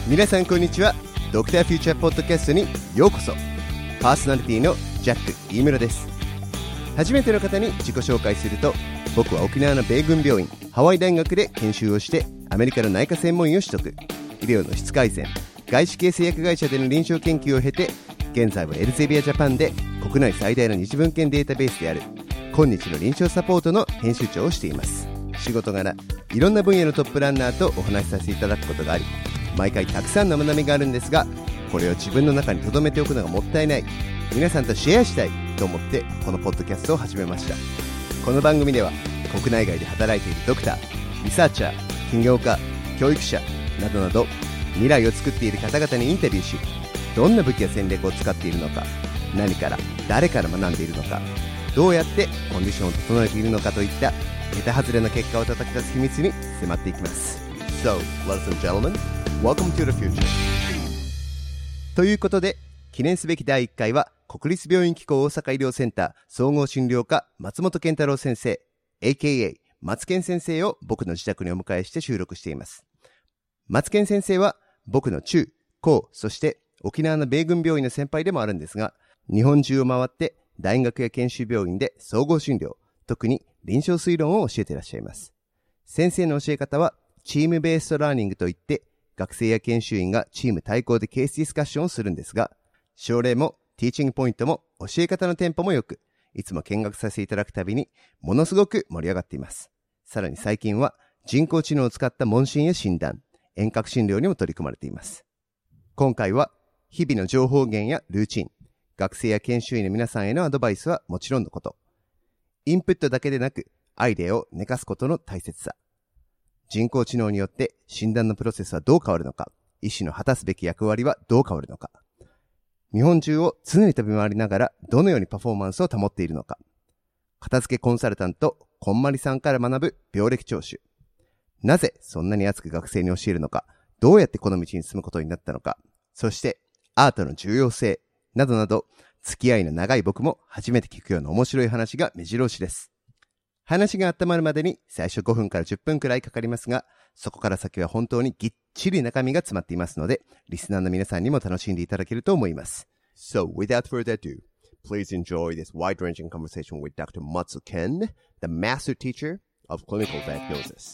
皆さんこんにちは。ドクターフューチャーポッドキャストにようこそ。パーソナリティのジャック飯村です。初めての方に自己紹介すると、僕は沖縄の米軍病院ハワイ大学で研修をしてアメリカの内科専門医を取得、医療の質改善、外資系製薬会社での臨床研究を経て、現在はエルゼビアジャパンで国内最大の日文献データベースである今日の臨床サポートの編集長をしています。仕事柄いろんな分野のトップランナーとお話しさせていただくことがあり、毎回たくさんの学びがあるんですが、これを自分の中に留めておくのがもったいない、皆さんとシェアしたいと思ってこのポッドキャストを始めました。この番組では国内外で働いているドクター、リサーチャー、起業家、教育者などなど未来を作っている方々にインタビューし、どんな武器や戦略を使っているのか、何から誰から学んでいるのか、どうやってコンディションを整えているのかといった桁外れの結果を叩き出す秘密に迫っていきます。 So, ladies and gentlemen, welcome to the future. ということで、記念すべき第1回は国立病院機構大阪医療センター総合診療科松本健太郎先生 AKA 松健先生を僕の自宅にお迎えして収録しています。松健先生は僕の中高そして沖縄の米軍病院の先輩でもあるんですが、日本中を回って大学や研修病院で総合診療、特に臨床推論を教えていらっしゃいます。先生の教え方はチームベーストラーニングといって、学生や研修員がチーム対抗でケースディスカッションをするんですが、症例もティーチングポイントも教え方のテンポもよく、いつも見学させていただくたびにものすごく盛り上がっています。さらに最近は人工知能を使った問診や診断、遠隔診療にも取り組まれています。今回は日々の情報源やルーチン、学生や研修医の皆さんへのアドバイスはもちろんのこと、インプットだけでなくアイデアを寝かすことの大切さ、人工知能によって診断のプロセスはどう変わるのか、医師の果たすべき役割はどう変わるのか、日本中を常に飛び回りながらどのようにパフォーマンスを保っているのか、片付けコンサルタントこんまりさんから学ぶ病歴聴取、なぜそんなに熱く学生に教えるのか、どうやってこの道に進むことになったのか、そしてアートの重要性などなど、付き合いの長い僕も初めて聞くような面白い話が目白押しです。話が温まるまでに最初5分から10分くらいかかりますが、そこから先は本当にぎっちり中身が詰まっていますので、リスナーの皆さんにも楽しんでいただけると思います。So, without further ado, please enjoy this wide-ranging conversation with Dr. Matsu Ken, the master teacher of clinical diagnosis.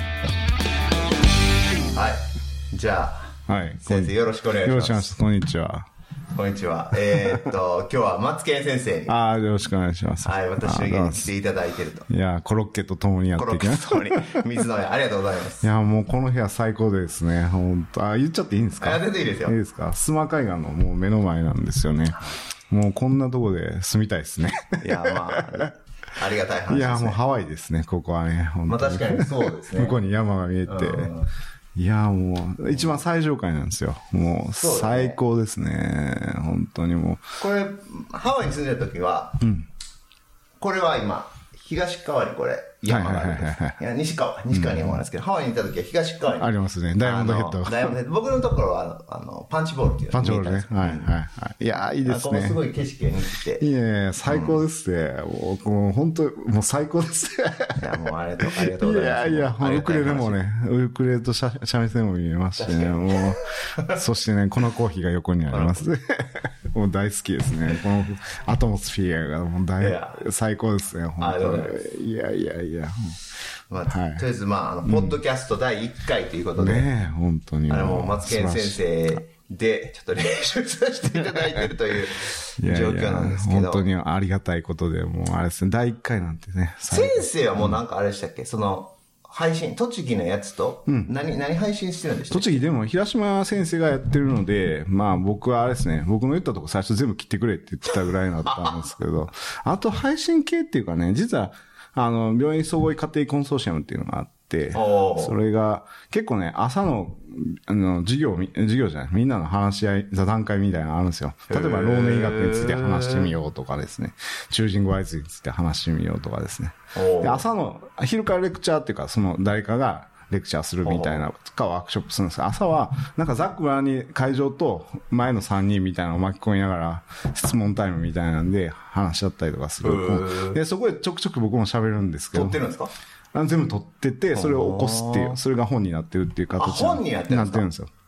はい。じゃあ、 はい、 先生よろしくお願いします。 よろしくお願いします。こんにちは。 こんにちは。今日は松健先生に。 よろしくお願いします。 はい、私の家に来ていただいてると。 いや、コロッケと共にやっていきます。 コロッケと共に。水の上、ありがとうございます。 いや、もうこの部屋最高ですね。本当。言っちゃっていいんですか？ 全然いいですよ。 いいですか？須磨海岸のもう目の前なんですよね。もうこんなとこで住みたいですね。 いや、まあ、ありがたい話ですね。 いや、もうハワイですね、ここはね。 まあ確かにそうですね。 向こうに山が見えて。いやもう一番最上階なんですよ。もう最高ですね。本当にもう。 これハワイに住んでた時は、これは今東側にこれ山があるんです。いや西側に山なんですけど、ハワイにいた時は東側にありますね。ダイヤモンドヘッド。 ダイヤモンドヘッド。僕のところはパンチボールっていうパンチボールね。はいはいはい。いやいいですね。 ここすごい景色が似てて。 いや最高ですね。もう本当もう最高ですね。 いやもうありがとうございます。 いやウクレレもね、ウクレレと三味線も見えますしね。もうそしてね、このコーヒーが横にあります。もう大好きですね。このアトモスフィアがもう最高ですね。本当に。いや。 まあとりあえずポッドキャスト第1回ということで、 ね、本当にもう松健先生でちょっと練習させていただいているという状況なんですけど、 本当にありがたいことで、もうあれですね、第1回なんてね。 先生はもうなんかあれでしたっけ、その配信、栃木のやつと、何配信してるんでしたっけ？ 栃木でも平島先生がやってるので、まあ僕はあれですね、僕の言ったとこ最初全部切ってくれって言ってたぐらいだったんですけど、あと配信系っていうかね、実は病院総合医家庭コンソーシアムっていうのがあって、それが結構ね、朝の授業じゃない、みんなの話し合い、座談会みたいなのあるんですよ。例えば、老年医学について話してみようとかですね、チュージングワイズについて話してみようとかですね。で、昼からレクチャーっていうか、誰かがレクチャーするみたいなかワークショップするんですが、朝はなんかざっくばらんに会場と前の3人みたいなのを巻き込みながら質問タイムみたいなんで話し合ったりとかする。で、そこでちょくちょく僕も喋るんですけど。 撮ってるんですか？ 全部撮ってて、それを起こすっていう、それが本になってるっていう形本になってるんですよ。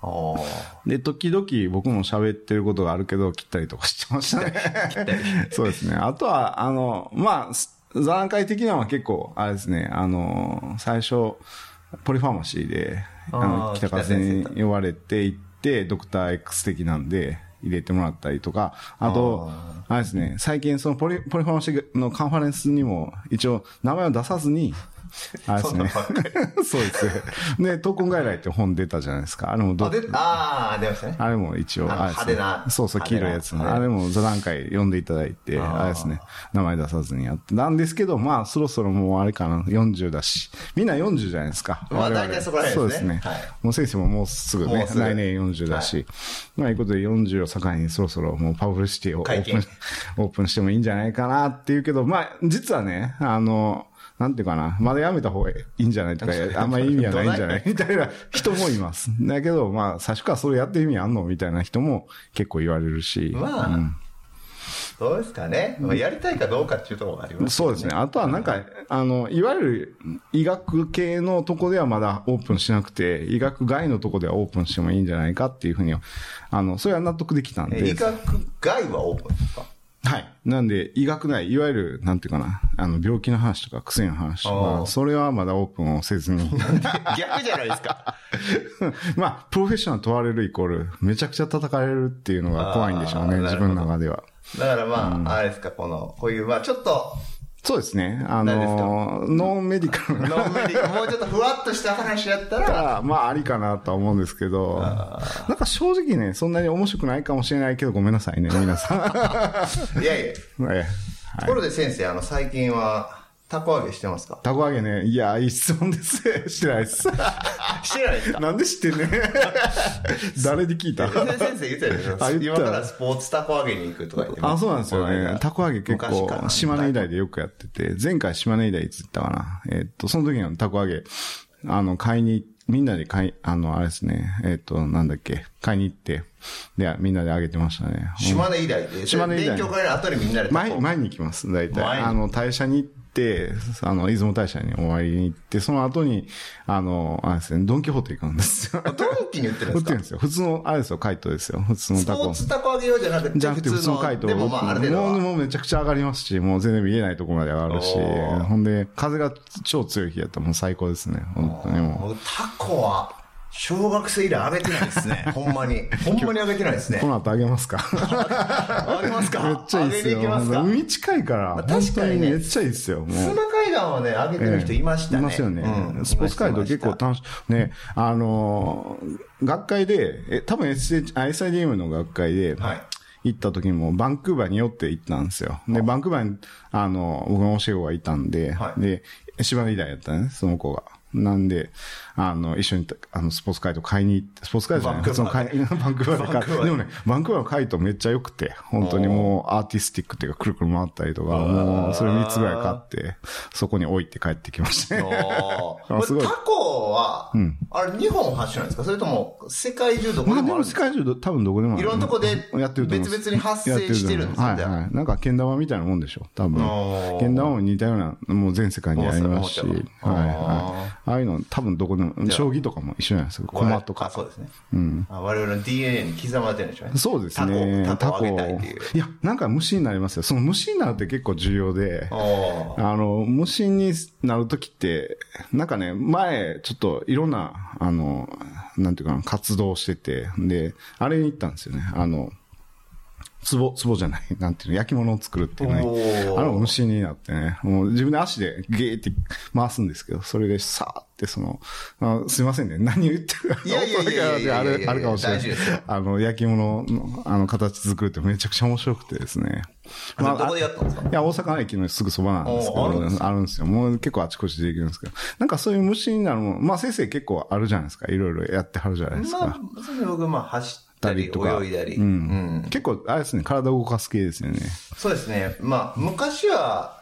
で、時々僕も喋ってることがあるけど、切ったりとかしてましたね。 切ったり。 そうですね。あとは、まあ、座談会的なのは結構、あれですね、最初、ポリファーマシーで、北川先生に呼ばれて行って、ドクター X 的なんで、入れてもらったりとか、あと、あれですね、最近そのポリファーマシーのカンファレンスにも、一応、名前を出さずに、あれですね。そうですね。で、闘魂外来って本出たじゃないですか。あれも出ましたね。 あれも一応、あれですね。 派手な。 そうそう、黄色いやつね。あれも座談会読んでいただいて、あれですね。名前出さずにやって。なんですけど、まあ、そろそろもうあれかな、40だし。みんな40じゃないですか。 まあ、大体そこら辺ですね。 そうですね。もう先生ももうすぐね、来年40だし。まあ、いうことで40を境にそろそろもうパブリシティをオープンしてもいいんじゃないかなっていうけど、まあ、実はね、なんていうかな、まだやめた方がいいんじゃないとか、あんまり意味はないんじゃないみたいな人もいます。だけど、まあ、最初からそれやって意味あんのみたいな人も結構言われるし。 まあ、どうですかね。やりたいかどうかっていうところがありますね。 そうですね。あとはなんか、いわゆる医学系のとこではまだオープンしなくて、医学外のとこではオープンしてもいいんじゃないかっていうふうに、それは納得できたんで。 医学外はオープンですか？ はい。なんで、医学内、いわゆる、なんていうかな、病気の話とか薬の話とか、それはまだオープンをせずに。 逆じゃないですか。 まあ、プロフェッショナル問われるイコール、めちゃくちゃ叩かれるっていうのが怖いんでしょうね、自分の中では。 だからまあ、あれですか、こういう、まあちょっと、 そうですね。ノンメディカルな。 もうちょっとふわっとした話やったら。 まあ、ありかなとは思うんですけど、なんか正直ね、そんなに面白くないかもしれないけど、ごめんなさいね、皆さん。 いやいや。ところで先生、最近は、たこ揚げしてますか？ たこ揚げね。いや、いい質問です。してないです。 してないですか？ なんで知ってんね誰に聞いた？ 先生言ってたでしょ？今からスポーツたこ揚げに行くとか言ってます。そうなんですよね。たこ揚げ結構、島根医大でよくやってて、前回島根医大いつ行ったかな。その時のたこ揚げ、買いに、みんなであれですね、なんだっけ、買いに行って、で、みんなであげてましたね。 島根医大で島根医大。勉強会の後にみんなで前に行きます、大体。代謝に行って、出雲大社にお参りに行って、その後に、あれですね、ドンキホーテ行くんですよ。 ドンキに売ってるんですか？ 売ってるんですよ。普通の、あれですよ、カイトですよ。普通のタコ。 スポーツタコ揚げ用じゃなくて、 普通のカイト。 でもまあ、ある程度もうめちゃくちゃ上がりますし、もう全然見えないところまで上がるし、ほんで、風が超強い日やったらもう最高ですね。本当にもう。 タコは、小学生以来あげてないですね。ほんまにあげてないですね。 この後あげますか？ あげますか？ めっちゃいいですよ。海近いから、確かにめっちゃいいですよ。 須磨海岸はね、あげてる人いましたね。 いますよね。スポーツ街道結構楽しい。ね、学会で、多分 SIDM の学会で、行った時にもバンクーバーに寄って行ったんですよ。で、バンクーバーに、僕の教え子がいたんで、で、島根医大やったね、その子が。なんで、一緒に、スポーツカイト買いに行って、スポーツカイトじゃない、普通のバンクーバーで買って、でもね、バンクーバーのカイトめっちゃ良くて、本当にもうアーティスティックっていうか、くるくる回ったりとか、もう、それ3つぐらい買って、そこに置いて帰ってきましたね。 すごい。タコは、あれ、日本発祥なんですか？それとも、世界中どこでもあるんですか？ 世界中多分どこでもある。 いろんなとこで、別々に発生してるんですよ。 はいはい。なんか、けん玉みたいなもんでしょ、多分。けん玉も似たような、もう全世界にありますし、はいはい。ああいうの、多分どこでも、将棋とかも一緒じゃないですか。駒とか。 そうですね。我々の DNA に刻まれてるんでしょうね。 そうですね。 タコをあげたいっていう。 いや、なんか虫になりますよ。その虫になるって結構重要で、虫になるときって、なんかね、前、ちょっといろんな、なんていうかな、活動してて、で、あれに行ったんですよね。壺じゃない、なんていうの、焼き物を作るっていうね。虫になってね、もう自分で足でゲーって回すんですけど、それでさーってすいませんね、何を言ってるか。 いや、 あるかもしれない。焼き物の、形作るってめちゃくちゃ面白くてですね。 どこでやったんですか？ いや、大阪駅のすぐそばなんですけど、あるんですよ。もう結構あちこちでできるんですけど。なんかそういう虫になるもの、先生結構あるじゃないですか。いろいろやってはるじゃないですか。 それで僕、走ったりとか、泳いだり。 結構、あれですね、体を動かす系ですよね。 そうですね。昔は、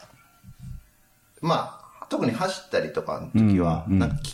特に走ったりとかの時は、それこ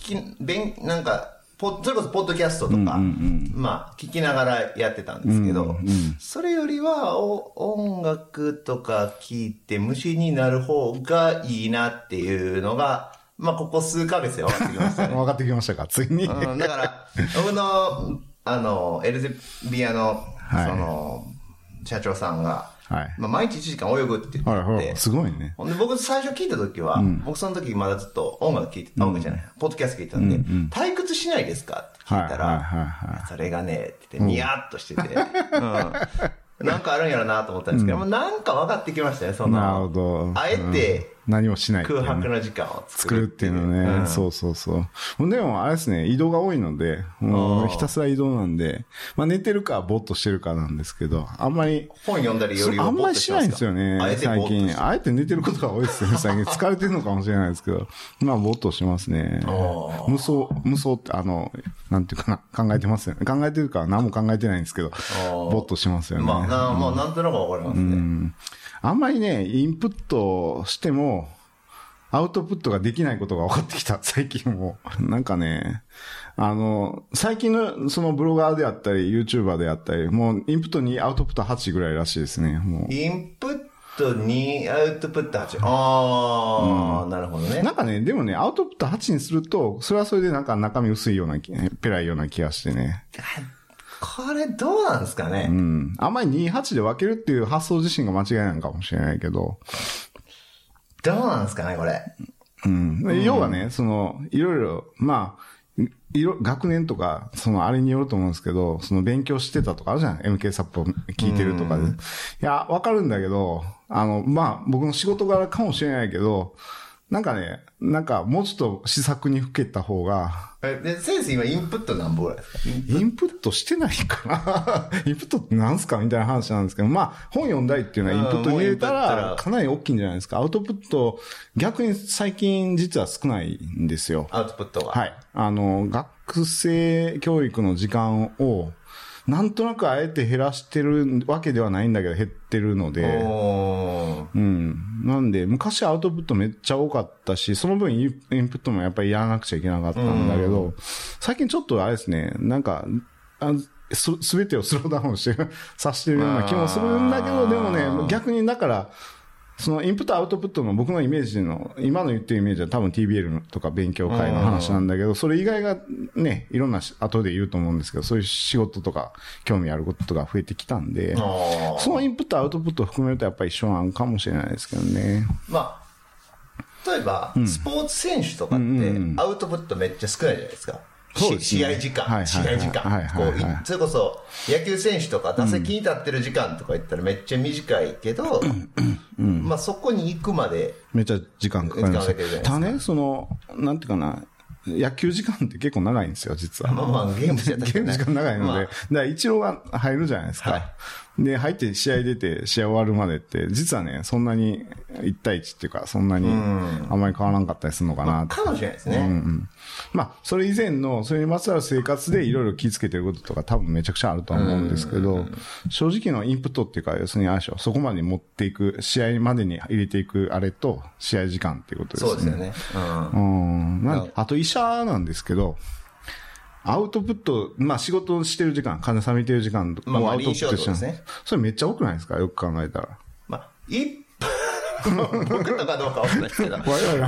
そポッドキャストとか、聞きながらやってたんですけど、それよりは音楽とか聞いて虫になる方がいいなっていうのが、ここ数ヶ月で分かってきましたね。 分かってきましたか、ついに。 だから、僕のエルゼビアの、社長さんが、毎日1時間泳ぐって言ってて、 すごいね。 ほんで僕最初聞いた時は、僕その時まだずっと音楽聞いて、音楽じゃない、ポッドキャスト聞いてたんで、退屈しないですかって聞いたら、それがね、って言って、ニヤッとしてて、なんかあるんやろなと思ったんですけど、なんか分かってきましたね、 なるほど。 あえて、 何もしない、 空白の時間を作るっていうのね。そうそうそう。でも、あれですね、移動が多いので、ひたすら移動なんで、寝てるか、ぼーっとしてるかなんですけど、あんまり。 本読んだりよりはあんまりしないんですよね、最近。あえて寝てることが多いですよね、最近。疲れてるのかもしれないですけど、ぼーっとしますね。無双って、なんていうかな、考えてますよね。考えてるか何も考えてないんですけど、ぼーっとしますよね。 なんとなくわかりますね。 あんまりね、インプットしても、アウトプットができないことが分かってきた、最近も。なんかね、最近のそのブロガーであったり、YouTuber であったり、もうインプット2、アウトプット8ぐらいらしいですね、もう。 インプット2、アウトプット8。なるほどね。 なんかね、でもね、アウトプット8にすると、それはそれでなんか中身薄いような、ペラいような気がしてね。 これどうなんですかね。 あんまり2、8で分けるっていう発想自身が間違いなのかもしれないけど。 どうなんですかね、これ。 要はね、いろいろ、学年とか、あれによると思うんですけど、勉強してたとかあるじゃん。MK サップを聞いてるとかで。いや、わかるんだけど、僕の仕事柄かもしれないけど、なんかね、もうちょっと施策にふけた方が。 先生今インプット何本ぐらいですか？ インプットしてないかなインプットって何すかみたいな話なんですけど、本読んだりっていうのはインプットに入れたらかなり大きいんじゃないですか。アウトプット、逆に最近実は少ないんですよ。 アウトプットが。 はい。学生教育の時間を、なんとなくあえて減らしてるわけではないんだけど減ってるので、なんで昔アウトプットめっちゃ多かったし、その分インプットもやっぱりやらなくちゃいけなかったんだけど、最近ちょっとあれですね、すべてをスローダウンさせてるような気もするんだけど、でもね、逆にだから、インプットアウトプットの僕のイメージの、今の言ってるイメージは多分 TBL とか勉強会の話なんだけど、それ以外がね、いろんな後で言うと思うんですけど、そういう仕事とか興味あることが増えてきたんで、そのインプットアウトプットを含めるとやっぱり一緒なのかもしれないですけどね。 例えば、スポーツ選手とかってアウトプットめっちゃ少ないじゃないですか。試合時間。それこそ、野球選手とか打席に立ってる時間とか言ったらめっちゃ短いけど、そこに行くまで。 めっちゃ時間かかります。ただね、なんていうかな、野球時間って結構長いんですよ、実は。 ゲーム時間長いので、だからイチローが入るじゃないですか。で、入って試合出て、試合終わるまでって、実はね、そんなに1対1っていうか、そんなにあんまり変わらんかったりするのかな。 かもしれないですね。 それ以前の、それにまつわる生活でいろいろ気をつけてることとか多分めちゃくちゃあると思うんですけど、正直のインプットっていうか、要するにあれでしょ、そこまで持っていく、試合までに入れていくあれと、試合時間っていうことですね。 そうですよね。 あと医者なんですけど、アウトプット、仕事してる時間、患者さん見てる時間もアウトプットしてるんですね。それめっちゃ多くないですか？よく考えたら。 僕とかどうかわかんないですけど。一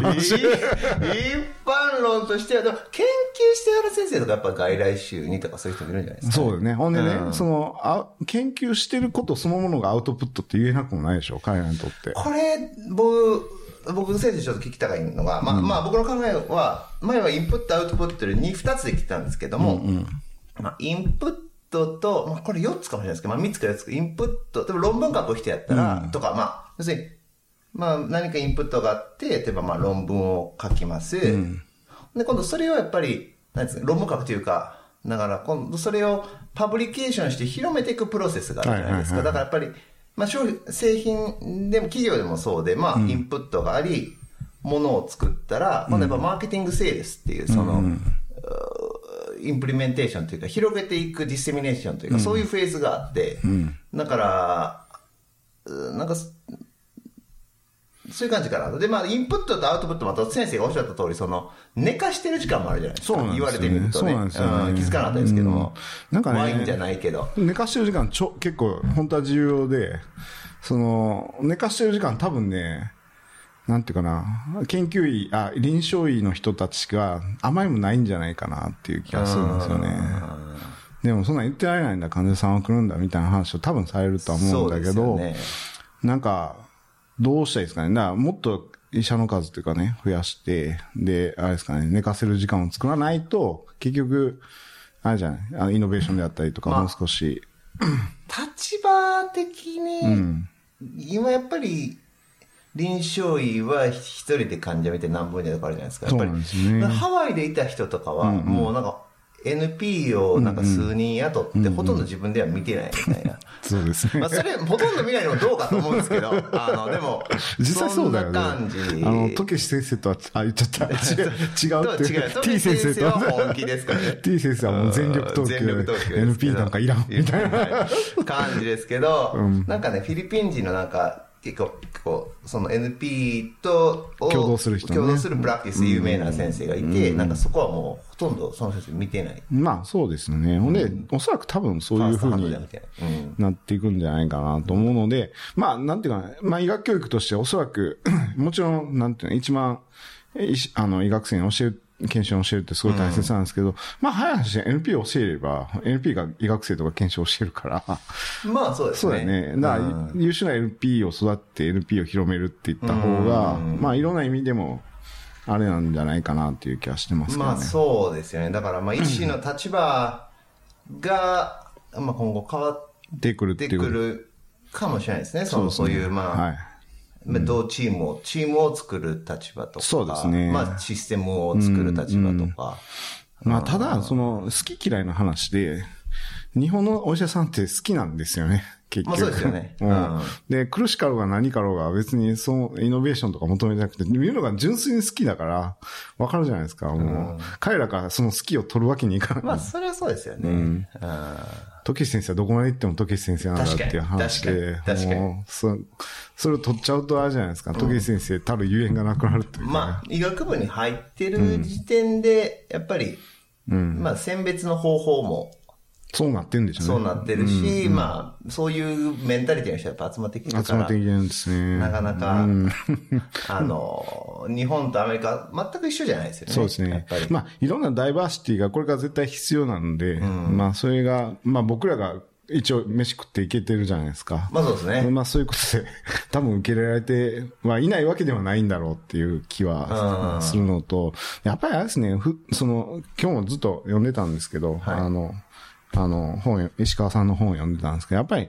般論としては、研究してある先生とかやっぱ外来種にとかそういう人もいるんじゃないですか。 そうですね。ほんでね、研究してることそのものがアウトプットって言えなくもないでしょ、彼らにとって。 これ、僕先生ちょっと聞きたいのが、僕の考えは、前はインプットアウトプットで2つで来たんですけども、インプットと、これ4つかもしれないですけど、3つか4つか、インプット、例えば論文書く人やったら、とか、要するに、何かインプットがあって、例えば論文を書きます。で、今度それをやっぱり、論文書くというか、だから今度それをパブリケーションして広めていくプロセスがあるじゃないですか。だからやっぱり、製品でも企業でもそうで、インプットがあり、ものを作ったら、今度やっぱマーケティングセールスっていう、インプリメンテーションというか、広げていくディセミネーションというか、そういうフェーズがあって、だから、そういう感じかな。で、インプットとアウトプットも、先生がおっしゃった通り、寝かしてる時間もあるじゃないですか。 そうなんですよね。 言われてみるとね。気づかなかったですけども。 なんかね。 ワインじゃないけど。 寝かしてる時間結構、本当は重要で、寝かしてる時間多分ね、なんていうかな、臨床医の人たちが甘いもないんじゃないかなっていう気がするんですよね。 でもそんなん言ってられないんだ、患者さんは来るんだ、みたいな話を多分されるとは思うんだけど、 そうですよね、 なんか、どうしたらいいですかね。だからもっと医者の数っていうかね、増やして、で、あれですかね、寝かせる時間を作らないと、結局、あれじゃない、イノベーションであったりとか、もう少し。 立場的に、今やっぱり、臨床医は一人で患者見て何分でとかあるじゃないですか。やっぱり、 そうなんですね、 ハワイでいた人とかは、もうなんか、NP をなんか数人雇って、ほとんど自分では見てないみたいな。 そうですね。 まあそれ、ほとんど見ないのもどうかと思うんですけど、でも、 実際そうだよね。 そんな感じ。 トケシ先生とは、言っちゃった。違うっていう。 T 先生とは本気ですからね。 T 先生はもう全力投球。NP なんかいらん。みたいな感じですけど、なんかね、フィリピン人のなんか、結構、その NP と共同する人ね。 共同するプラクティス有名な先生がいて、なんかそこはもうほとんどその先生見てない。 まあそうですね。ほんで、おそらく多分そういう風になっていくんじゃないかなと思うので、まあなんていうかな、まあ医学教育としておそらく、もちろん、なんていうの、一番、医学生に教える、研修を教えるってすごい大切なんですけど、まあ早い話で NP を教えれば、NP が医学生とか研修を教えるから。 まあそうですね。 そうだよね。だから優秀な NP を育って NP を広めるって言った方が、まあいろんな意味でも、あれなんじゃないかなっていう気はしてますけどね。 まあそうですよね。だからまあ医師の立場が、まあ今後変わってくるかもしれないですね。そういうまあ、はい。どうチームを作る立場とか。 そうですね。 まあシステムを作る立場とか。 まあただ、好き嫌いの話で、日本のお医者さんって好きなんですよね。結局。 まあそうですよね。 で、苦しかろうが何かろうが別にそのイノベーションとか求めてなくて、見るのが純粋に好きだから、わかるじゃないですか。もう、彼らからその好きを取るわけにいかない。 まあそれはそうですよね。 時先生はどこまで行っても時先生なんだっていう話で、 確かに。 それを取っちゃうとあれじゃないですか。時先生たるゆえんがなくなるというか。 まあ、医学部に入ってる時点で、やっぱり、まあ選別の方法も、 そうなってるんでしょうね。 そうなってるし、まあ、そういうメンタリティの人はやっぱ集まってきてるから。 集まってきてるんですね。 なかなか、日本とアメリカ全く一緒じゃないですよね。 そうですね。やっぱりまあ、いろんなダイバーシティがこれから絶対必要なので、まあ、それが、まあ僕らが一応飯食っていけてるじゃないですか。 まあそうですね。 まあそういうことで、多分受け入れられてはいないわけではないんだろうっていう気はするのと、やっぱりあれですね、今日もずっと読んでたんですけど、石川さんの本を読んでたんですけど、やっぱり、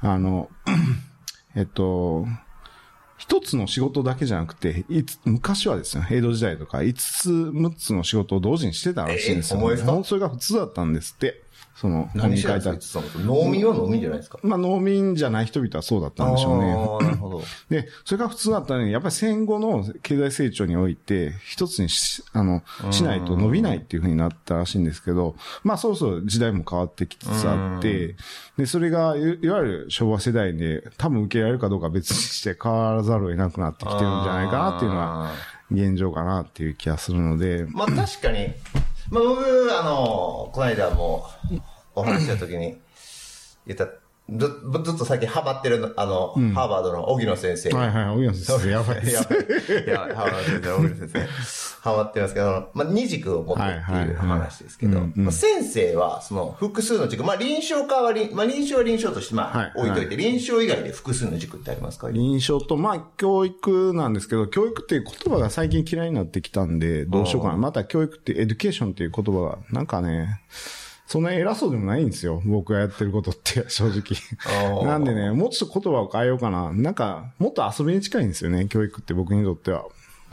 一つの仕事だけじゃなくて、昔はですね、江戸時代とか、5つ、6つの仕事を同時にしてたらしいんですよ、ね。それが普通だったんですって。 何してたんですか？農民は農民じゃないですか？ まあ農民じゃない人々はそうだったんでしょうね。 なるほど。 で、それが普通だったのに、やっぱり戦後の経済成長において、一つにしないと伸びないっていう風になったらしいんですけど、まあそろそろ時代も変わってきつつあって、で、それが、いわゆる昭和世代で、多分受け入れられるかどうか別にして変わらざるを得なくなってきてるんじゃないかなっていうのは、現状かなっていう気がするので。 まあ確かに、まあ僕、この間もお話した時に言った、ずっと最近ハマってるハーバードの荻野先生。 はいはい、荻野先生、やばいです。 やばい、ハーバード先生、荻野先生。ハマってますけど、まあ二軸を持ってっていう話ですけど、先生はその複数の軸、まあ臨床家はまあ臨床は臨床としてまあ置いといて、臨床以外で複数の軸ってありますか？ 臨床と、まあ教育なんですけど、教育っていう言葉が最近嫌いになってきたんで、どうしようかな。また教育ってエデュケーションっていう言葉が、なんかね、そんなに偉そうでもないんですよ。僕がやってることって、正直。なんでね、もうちょっと言葉を変えようかな。なんか、もっと遊びに近いんですよね、教育って僕にとっては。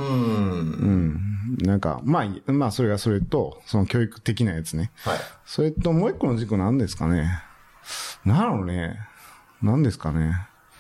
なんか、まあ、それがそれと、その教育的なやつね。 はい。 それともう一個の軸なんですかね。なんですかね。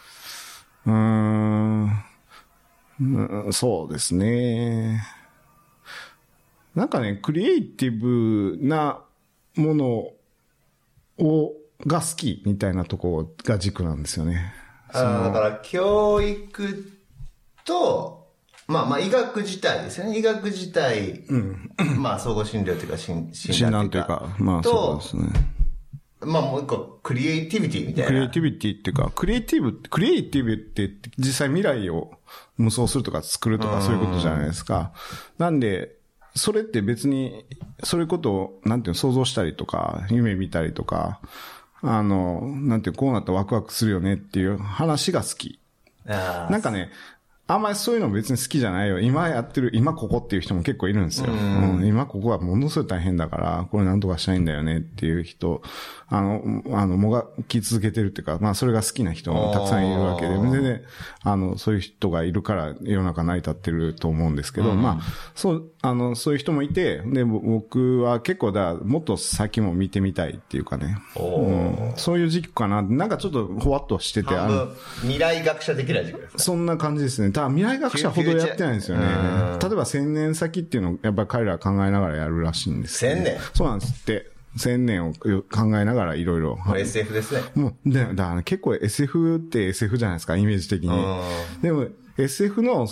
そうですね。なんかね、クリエイティブなものが好きみたいなところが軸なんですよね。 だから教育と、まあ医学自体ですよね。医学自体、まあ総合診療というか診断というか。 まあそうですね。 まあもう一個、クリエイティビティみたいな。 クリエイティビティっていうか、クリエイティブって実際未来を無双するとか作るとかそういうことじゃないですか。なんで、 それって別に、それことを、なんていうの、想像したりとか、夢見たりとか、なんていう、こうなったらワクワクするよねっていう話が好き。なんかね、あんまりそういうの別に好きじゃないよ。今やってる、今ここっていう人も結構いるんですよ。今ここはものすごい大変だから、これなんとかしたいんだよねっていう人、もがき続けてるっていうか、まあそれが好きな人もたくさんいるわけで、全然、そういう人がいるから世の中成り立ってると思うんですけど、まあ、そういう人もいて、で、僕は結構もっと先も見てみたいっていうかね、そういう時期かな。なんかちょっとほわっとしてて、 未来学者的な時期ですか？ そんな感じですね。ただ未来学者ほどやってないんですよね。例えば1000年先っていうのをやっぱり彼らは考えながらやるらしいんです。 1000年？ そうなんですって。1000年を考えながらいろいろ。 SF ですね。 もう、だから結構 SF って SF じゃないですか、イメージ的に。でも SF の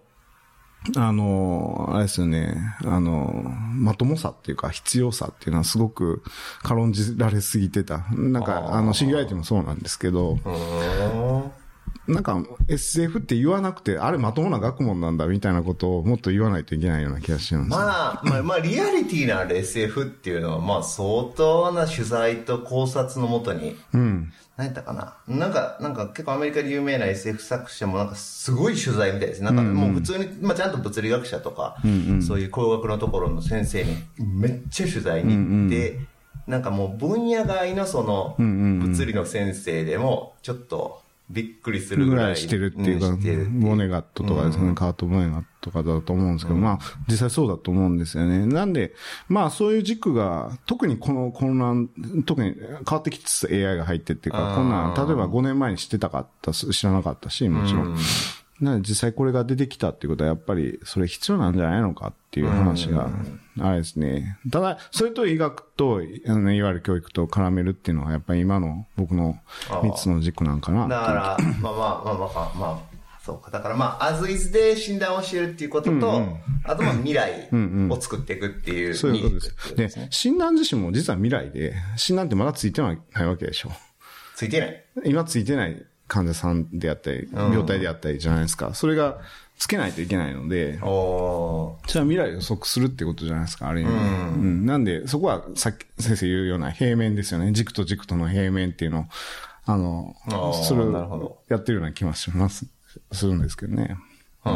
あれですよね、まともさっていうか必要さっていうのはすごく軽んじられすぎてた。なんか、シンギュラリティもそうなんですけど、なんか SF って言わなくて、あれまともな学問なんだみたいなことをもっと言わないといけないような気がしてるんですよ。 まあ、リアリティのある SF っていうのは、まあ相当な取材と考察のもとに、何やったかな。なんか結構アメリカで有名な SF 作者もなんかすごい取材みたいです。なんかもう普通に、まあちゃんと物理学者とか、そういう工学のところの先生にめっちゃ取材に行って、なんかもう分野外のその物理の先生でもちょっとびっくりするぐらいしてるっていうか、ボネガットとかですね、カート・ボネガットとかだと思うんですけど、まあ実際そうだと思うんですよね。なんで、まあそういう軸が、特にこの混乱、特に変わってきつつ AI が入ってっていうか、こんなん、例えば5年前に知らなかったし、もちろん。なんで実際これが出てきたっていうことはやっぱりそれ必要なんじゃないのかっていう話が、あれですね。ただ、それと医学と、いわゆる教育と絡めるっていうのはやっぱり今の僕の3つの軸なんかな。 だから、まあ、そうか。だからまあ、as is で診断をしてるっていうことと、あとまあ未来を作っていくっていう。 そういうことです。で、診断自身も実は未来で、診断ってまだついてないわけでしょ。 ついてない？ 今ついてない患者さんであったり、病態であったりじゃないですか。それがつけないといけないので、じゃあ未来を予測するってことじゃないですか、ある意味。なんで、そこはさっき先生言うような平面ですよね。軸と軸との平面っていうのを、それをやってるような気がします。するんですけどね。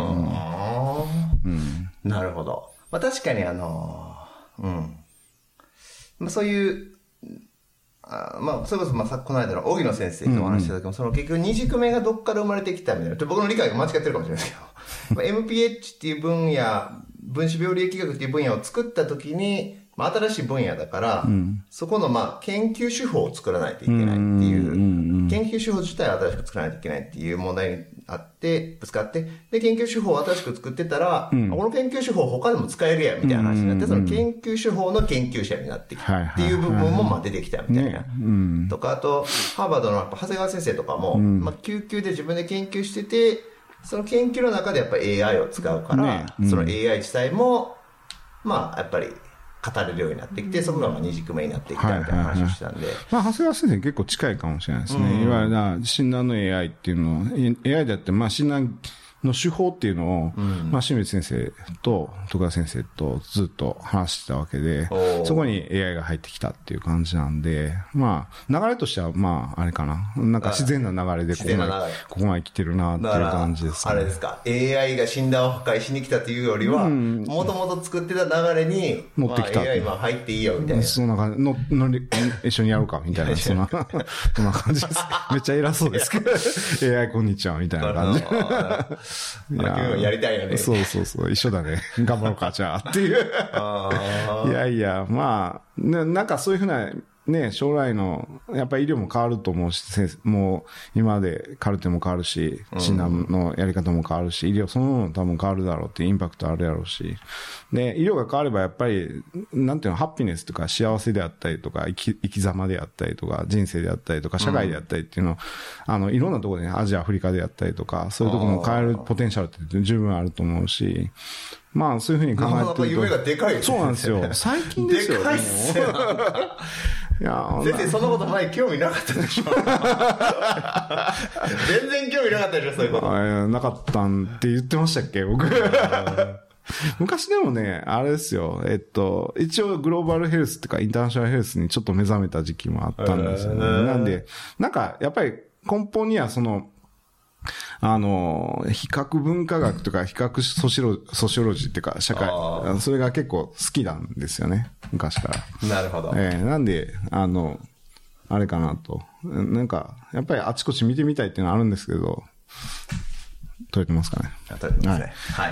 なるほど。まあ確かにまあそういう、まあ、それこそ、この間の荻野先生とお話した時も、その結局二軸目がどっから生まれてきたみたいな、僕の理解が間違ってるかもしれないですけど、MPH っていう分野、分子病理疫学っていう分野を作った時に、新しい分野だから、そこの研究手法を作らないといけないっていう、研究手法自体を新しく作らないといけないっていう問題にあって、ぶつかって、で、研究手法を新しく作ってたら、この研究手法他でも使えるやんみたいな話になって、その研究手法の研究者になってきたっていう部分も出てきたみたいな。とか、あと、ハーバードの長谷川先生とかも、救急で自分で研究してて、その研究の中でやっぱり AI を使うから、その AI 自体も、やっぱり、語れるようになってきて、そこが二軸目になってきたみたいな話をしたんで。 長谷川先生結構近いかもしれないですね。いわゆる診断の AI っていうのを、AI だって、診断の手法っていうのを、清水先生と徳田先生とずっと話してたわけで、そこに AI が入ってきたっていう感じなんで、流れとしては、あれかな。なんか自然な流れでここまで来てるなっていう感じですね。 あれですか。AI が診断を破壊しに来たというよりは、もともと作ってた流れに、 持ってきた。 AI 入っていいよみたいな。 そんな感じ、一緒にやろうかみたいな、そんな感じです。めっちゃ偉そうですけど、AI こんにちはみたいな感じ。 やりたいよね。 そう。一緒だね。頑張ろうか、じゃあ。っていう。いや、なんかそういうふうな、ね、将来の、やっぱり医療も変わると思うし、もう今までカルテも変わるし、診断のやり方も変わるし、医療そのもの多分変わるだろうっていうインパクトあるやろうし。で、医療が変わればやっぱり、なんていうの、ハッピネスとか幸せであったりとか、生き様であったりとか、人生であったりとか、社会であったりっていうのを、いろんなところでね、アジア、アフリカであったりとか、そういうところも変えるポテンシャルって十分あると思うし、そういうふうに考えてると。 夢がでかいですね。 そうなんですよ。最近ですよ。 でかいっすよ。先生、そんなこと前興味なかったでしょ。全然興味なかったでしょ、そういうこと。 なかったんって言ってましたっけ、僕。 昔でもね、あれですよ。一応グローバルヘルスっていうかインターナショナルヘルスにちょっと目覚めた時期もあったんですよね。なんで、なんかやっぱり根本には比較文化学とか比較ソシオロジーっていうか社会、それが結構好きなんですよね。昔から。 なるほど。 なんで、あれかなと。なんか、やっぱりあちこち見てみたいっていうのはあるんですけど、取れてますかね。 取れてますね。はい。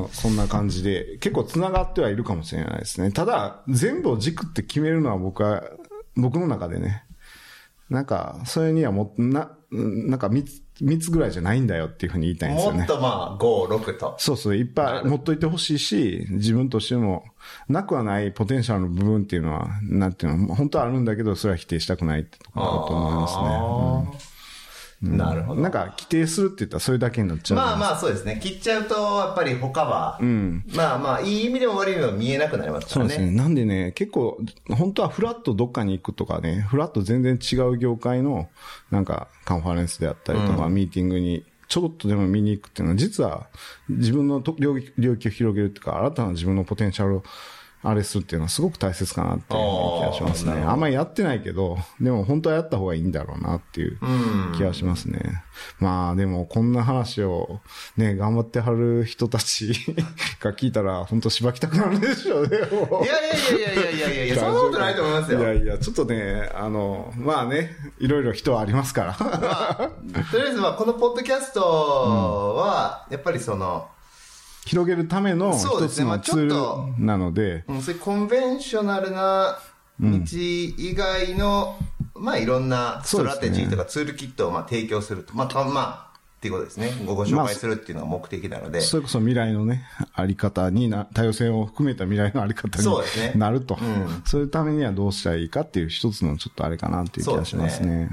そんな感じで、結構繋がってはいるかもしれないですね。ただ、全部を軸って決めるのは僕の中でね、なんか、それにはなんか3つぐらいじゃないんだよっていうふうに言いたいんですよね。 もっと5、6と。 そうそう、いっぱい持っといてほしいし、自分としても、なくはないポテンシャルの部分っていうのは、なんていうの、本当はあるんだけど、それは否定したくないってところだと思いますね。 なるほど。 なんか、規定するって言ったらそれだけになっちゃう。 まあそうですね。切っちゃうと、やっぱり他は、まあ、いい意味でも悪い意味でも見えなくなりますからね。 そうですね。なんでね、結構、本当はフラッとどっかに行くとかね、フラッと全然違う業界の、なんか、カンファレンスであったりとか、ミーティングに、ちょっとでも見に行くっていうのは、実は、自分の領域を広げるっていうか、新たな自分のポテンシャルを、あれするっていうのはすごく大切かなっていう気がしますね。あんまりやってないけど、でも本当はやった方がいいんだろうなっていう気がしますね。まあでもこんな話をね、頑張ってはる人たちが聞いたら本当しばきたくなるでしょうね。 いや、そんなことないと思いますよ。 いや、ちょっとね、まあね、いろいろ人はありますから。 とりあえずこのポッドキャストは、やっぱり広げるための一つのツールなので、 そういうコンベンショナルな道以外の、いろんなストラテジーとかツールキットを提供すると、っていうことですね。ご紹介するっていうのが目的なので。 それこそ未来のね、あり方に多様性を含めた未来のあり方になると。そういうためにはどうしたらいいかっていう一つのちょっとあれかなっていう気がしますね。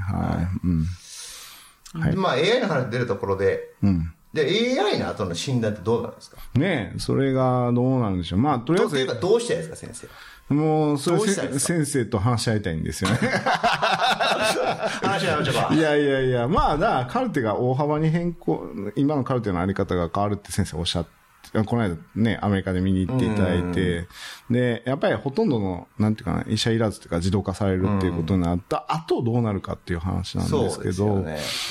はい。AI の話出るところで、で、AI の後の診断ってどうなんですかねえ、それがどうなんでしょう。とりあえず。 どうしたいですか、先生。 もう、それ先生と話し合いたいんですよね。 話し合いましょうか。 いや、だからカルテが大幅に今のカルテのあり方が変わるって先生おっしゃって、この間ね、アメリカで見に行っていただいて、で、やっぱりほとんどの、なんていうかな、医者いらずというか自動化されるっていうことになった後どうなるかっていう話なんですけど、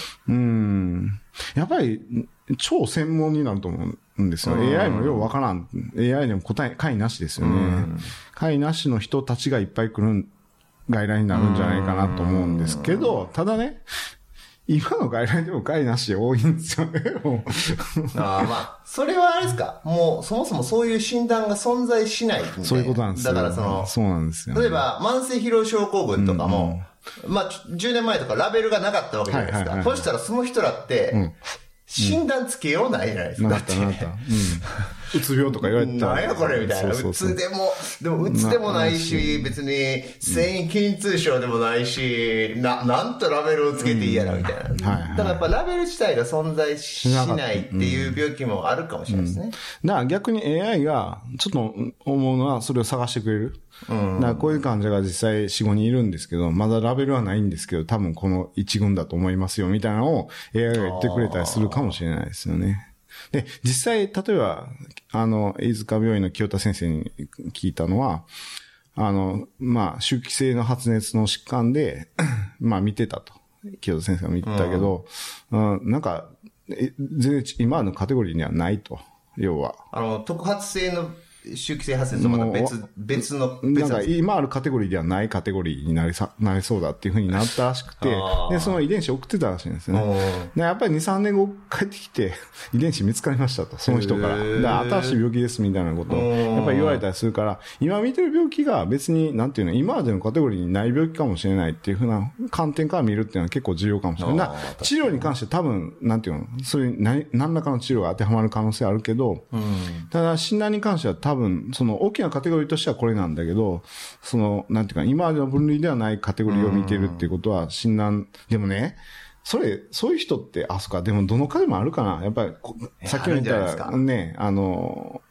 やっぱり超専門になると思うんですよ。AI もようわからん。AI でも解なしですよね。解なしの人たちがいっぱい来る外来になるんじゃないかなと思うんですけど、ただね、今の外来でも解なし多いんですよね。 それはあれですか、もうそもそもそういう診断が存在しないみたいな。 そういうことなんですよ。だからそうなんですよ、ね。 例えば、慢性疲労症候群とかも、10年前とかラベルがなかったわけじゃないですか。そしたらその人らって、診断つけようないじゃないですか。 なった。うつ病とか言われてた。 何やこれみたいな。うつでもうつでもないし、別に繊維筋痛症でもないし、なんとラベルをつけていいやらみたいな。だからやっぱラベル自体が存在しないっていう病気もあるかもしれないですね。 だから逆に AI がちょっと思うのはそれを探してくれる。だからこういう患者が実際4、5人いるんですけど、まだラベルはないんですけど、多分この一群だと思いますよみたいなのを AI が言ってくれたりするかもしれないですよね。で、実際、例えば、飯塚病院の清田先生に聞いたのは、周期性の発熱の疾患で、見てたと。清田先生が見てたけど、なんか、全然今のカテゴリーにはないと。要は。 特発性の周期性発熱とまた別の。 なんか今あるカテゴリーではないカテゴリーになりそうだっていう風になったらしくて、で、その遺伝子を送ってたらしいんですよね。で、やっぱり2、3年後帰ってきて、遺伝子見つかりましたと、その人から。新しい病気ですみたいなことを、やっぱり言われたりするから、今見てる病気が別に、なんていうの、今までのカテゴリーにない病気かもしれないっていう風な観点から見るっていうのは結構重要かもしれない。治療に関して多分、なんていうの、それに何らかの治療が当てはまる可能性あるけど、ただ診断に関しては多分、その大きなカテゴリーとしてはこれなんだけど、なんていうか、今までの分類ではないカテゴリーを見てるっていうことは診断、でもね、そういう人って、でもどの科でもあるかな。やっぱり、さっきも言ったら、ね、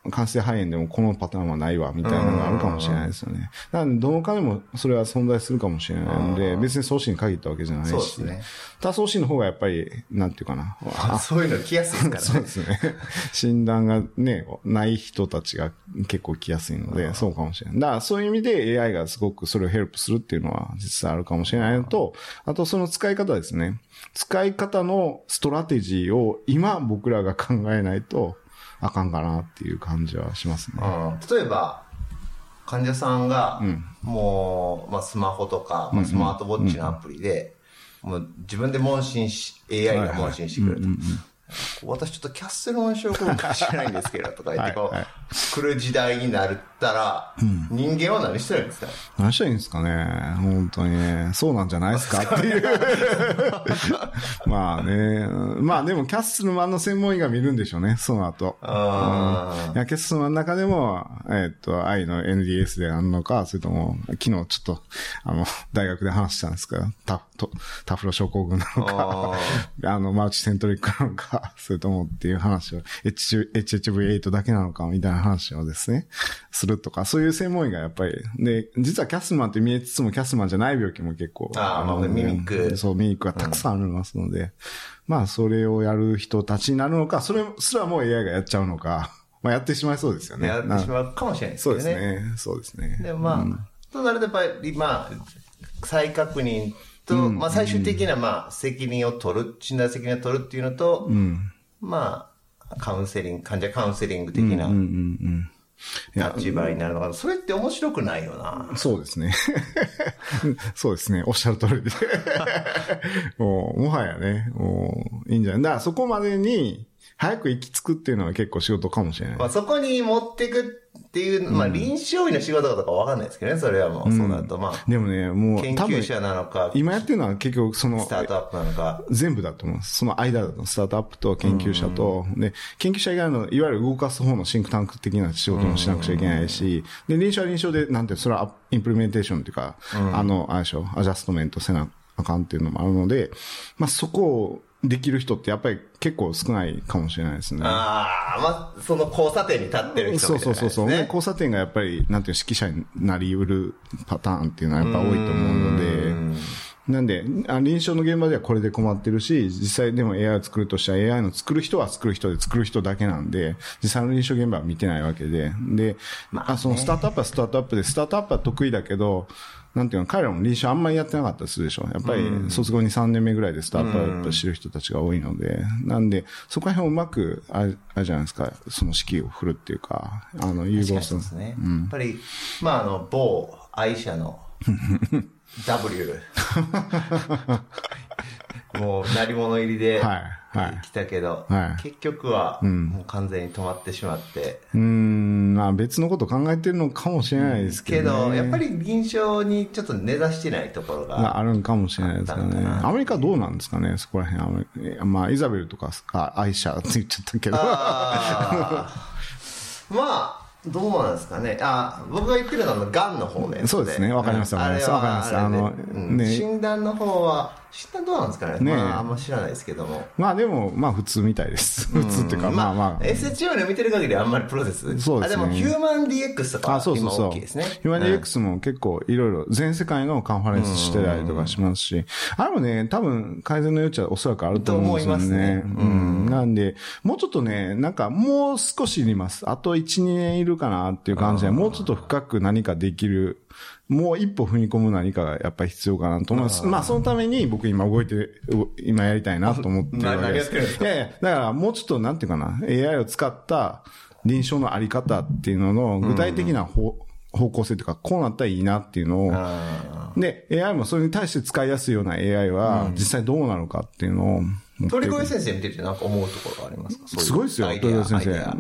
間質性肺炎でもこのパターンはないわ、みたいなのがあるかもしれないですよね。なので、どの科でもそれは存在するかもしれないので、別に送信に限ったわけじゃないし。そうですね。多送信の方がやっぱり、なんていうかな。 そういうの来やすいですからね。 そうですね。診断がね、ない人たちが結構来やすいので、そうかもしれない。だからそういう意味で AI がすごくそれをヘルプするっていうのは実際あるかもしれないのと、あとその使い方ですね。使い方のストラテジーを今僕らが考えないとあかんかなっていう感じはしますね。 例えば、患者さんが、もう、スマホとか、スマートウォッチのアプリで、もう自分で問診AI が問診してくれると。私ちょっとキャッスルマン症候群か知らないんですけど、とか言って来る時代になったら、人間は何したらいいんですか？ 何したらいいんですかね。本当にね。そうなんじゃないですかっていう。まあね。まあでもキャッスルマンの専門医が見るんでしょうね、その後。キャッスルマンの中でも、愛の NDS であるのか、それとも、昨日ちょっと、大学で話したんですけど、タフロ症候群なのか、マルチセントリックなのか、それともっていう話を、HHV8 だけなのかみたいな話をですね、するとか、そういう専門医がやっぱり、で、実はキャスマンって見えつつもキャスマンじゃない病気も結構、 ミミック。 そう、ミミックがたくさんありますので、まあ、それをやる人たちになるのか、それすらもう AI がやっちゃうのか、まあ、やってしまいそうですよね。 やってしまうかもしれないですね。 そうですね。そうですね。 でもとなるとやっぱり、再確認と、最終的な、責任を取る、診断責任を取るっていうのと、カウンセリング、患者カウンセリング的な立場になるのかな。それって面白くないよな。 そうですね。そうですね。おっしゃる通りで。もはやね、もういいんじゃない。だからそこまでに早く行き着くっていうのは結構仕事かもしれない。 そこに持っていくっていう、臨床医の仕事とかわかんないですけどね、それはもう、そうなるとでもね、もう、 研究者なのか、 今やってるのは結局スタートアップなのか、 全部だと思います。その間だと、スタートアップと研究者と、で、研究者以外の、いわゆる動かす方のシンクタンク的な仕事もしなくちゃいけないし、で、臨床は臨床で、なんて、それはインプリメンテーションっていうか、あれでしょ、アジャストメントせなあかんっていうのもあるので、そこを、できる人ってやっぱり結構少ないかもしれないですね。 その交差点に立ってる人みたいな、ね。 そう。交差点がやっぱり、なんていう指揮者になり得るパターンっていうのはやっぱ多いと思うので、なんで、臨床の現場ではこれで困ってるし、実際でも AI を作るとしたら AI の作る人は作る人で作る人だけなんで、実際の臨床現場は見てないわけで、で、そのスタートアップはスタートアップで、スタートアップは得意だけど、なんていうの、彼らも臨床あんまりやってなかったりするでしょ。やっぱり卒業2、3年目ぐらいでスタートアップしてる人たちが多いので、なんで、そこら辺をうまく、あれじゃないですか、その指揮を振るっていうか、融合する。 ですね。やっぱり、某愛車のW。もう、鳴り物入りで来たけど、結局は、もう完全に止まってしまって。 別のこと考えてるのかもしれないですけど、 やっぱり臨床にちょっと根ざしてないところがあるんかもしれないですかね。アメリカどうなんですかね、そこら辺。イザベルとか、愛車って言っちゃったけど。 どうなんですかね。僕が言ってるのはガンの方で。 そうですね。わかります。わかります。診断の方は、診断どうなんですかね。あんま知らないですけども。 でも、普通みたいです。普通っていうか、 SHO で見てる限りあんまりプロセス。 そうですね。 でも、ヒューマン DX とか今大きいですね。 ヒューマン DX も結構いろいろ全世界のカンファレンスしてたりとかしますし、あれもね、多分改善の余地はおそらくあると思うんですよね。なんで、もうちょっとね、もう少しいります。あと1、2年いるかなっていう感じで、もうちょっと深く何かできる。もう一歩踏み込む何かがやっぱり必要かなと思います。そのために僕今やりたいなと思ってるわけです。だからもうちょっとなんていうかな、AI を使った臨床のあり方っていうのの具体的な方向性というか、こうなったらいいなっていうのを、で、AI もそれに対して使いやすいような AI は実際どうなのかっていうのを、 鳥越先生見ててなんか思うところがありますか？ すごいですよ、鳥越先生。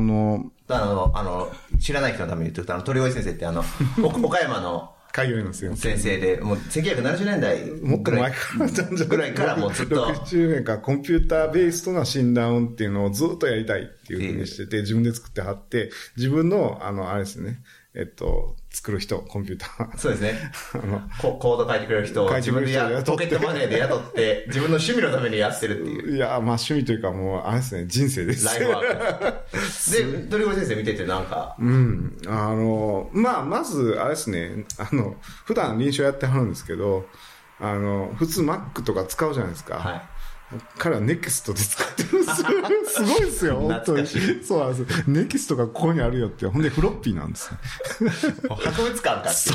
知らない人のために言っておくと、鳥越先生って岡山の先生で、もう1970年代ぐらいからもうずっと。 60年かコンピューターベースとな診断っていうのをずっとやりたいってっていう風にしてて、自分で作って貼って、自分の、あれですね、作る人、コンピューター。 そうですね。コード書いてくれる人を自分でポケットマネーで雇って、自分の趣味のためにやってるっていう。 いや、まあ趣味というかもう、あれですね、人生です。 ライフワーク。で、鳥越先生見ててなんか。 まあ、まず、あれですね、普段臨床やってはるんですけど、普通 Mac とか使うじゃないですか。はい。彼はネクストで使ってるんですよ。すごいですよ、本当に。そうなんです。ネクストがここにあるよって。ほんでフロッピーなんですよ。 博物館かって。 そう。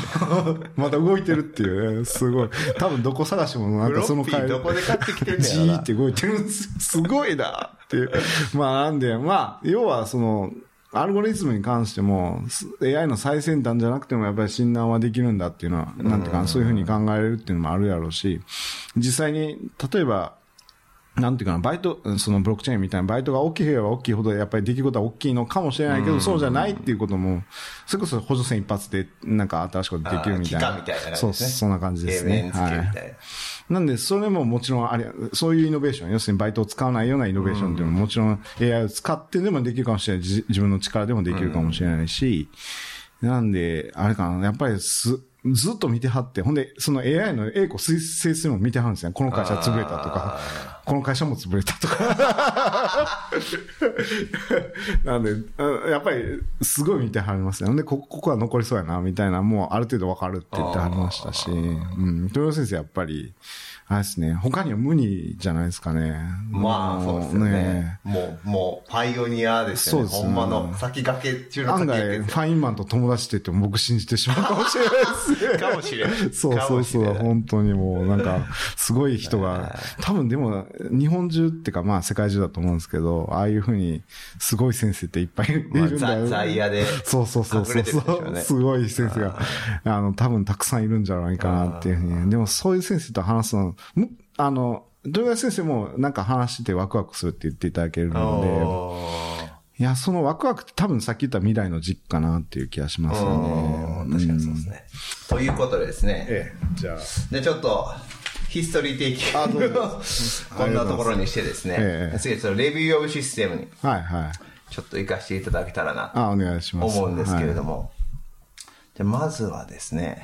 まだ動いてるっていうね。すごい。多分どこ探してもなんかその回どこで買ってきてるんだよな。 G って動いてるんですよ。すごいなっていう。まあなんで、まあ、要はアルゴリズムに関しても AI の最先端じゃなくてもやっぱり診断はできるんだっていうのは、なんていうかそういうふうに考えれるっていうのもあるやろうし、実際に、例えば、なんていうかな、バイト、そのブロックチェーンみたいなバイトが大きければ大きいほどやっぱり出来事は大きいのかもしれないけど、そうじゃないっていうことも、それこそ補助線一発でなんか新しいことできるみたいな。 みたいな感じですね。 そう、そんな感じですね。はい。なんで、それももちろんそういうイノベーション、要するにバイトを使わないようなイノベーションっていうのももちろん AI を使ってでもできるかもしれない。自分の力でもできるかもしれないし、なんで、あれかな、やっぱりずっと見てはって、ほんで、その AI の英語推薦するのも見てはるんですね。この会社潰れたとか、この会社も潰れたとか。なんで、やっぱりすごい見てはりますね。ほんで、ここは残りそうやな、みたいな、もうある程度わかるって言ってはりましたし、豊先生やっぱり、あれですね、他には無理じゃないですかね。 まあ、そうですね。もう、パイオニアですよね。そうですね。ほんまの先駆け中の先駆け。 案外、ファインマンと友達って言っても僕信じてしまうかもしれないですね。 かもしれない。 そう、本当にもう、なんか、すごい人が、多分でも、日本中っていうか、まあ世界中だと思うんですけど、ああいうふうに、すごい先生っていっぱいいるんだよ。 在野で。 そう。すごい先生が、多分たくさんいるんじゃないかなっていうふうに。でもそういう先生と話すの、豊川先生もなんか話してワクワクするって言っていただけるので、いや、そのワクワクって多分さっき言った未来の軸かなっていう気がしますよね。 確かにそうですね。ということでですね。 じゃあ。 で、ちょっと、ヒストリーテイキングをこんなところにしてですね。次、レビューオブシステムに。はい。ちょっと活かしていただけたらな。 お願いします。 思うんですけれども。じゃあ、まずはですね。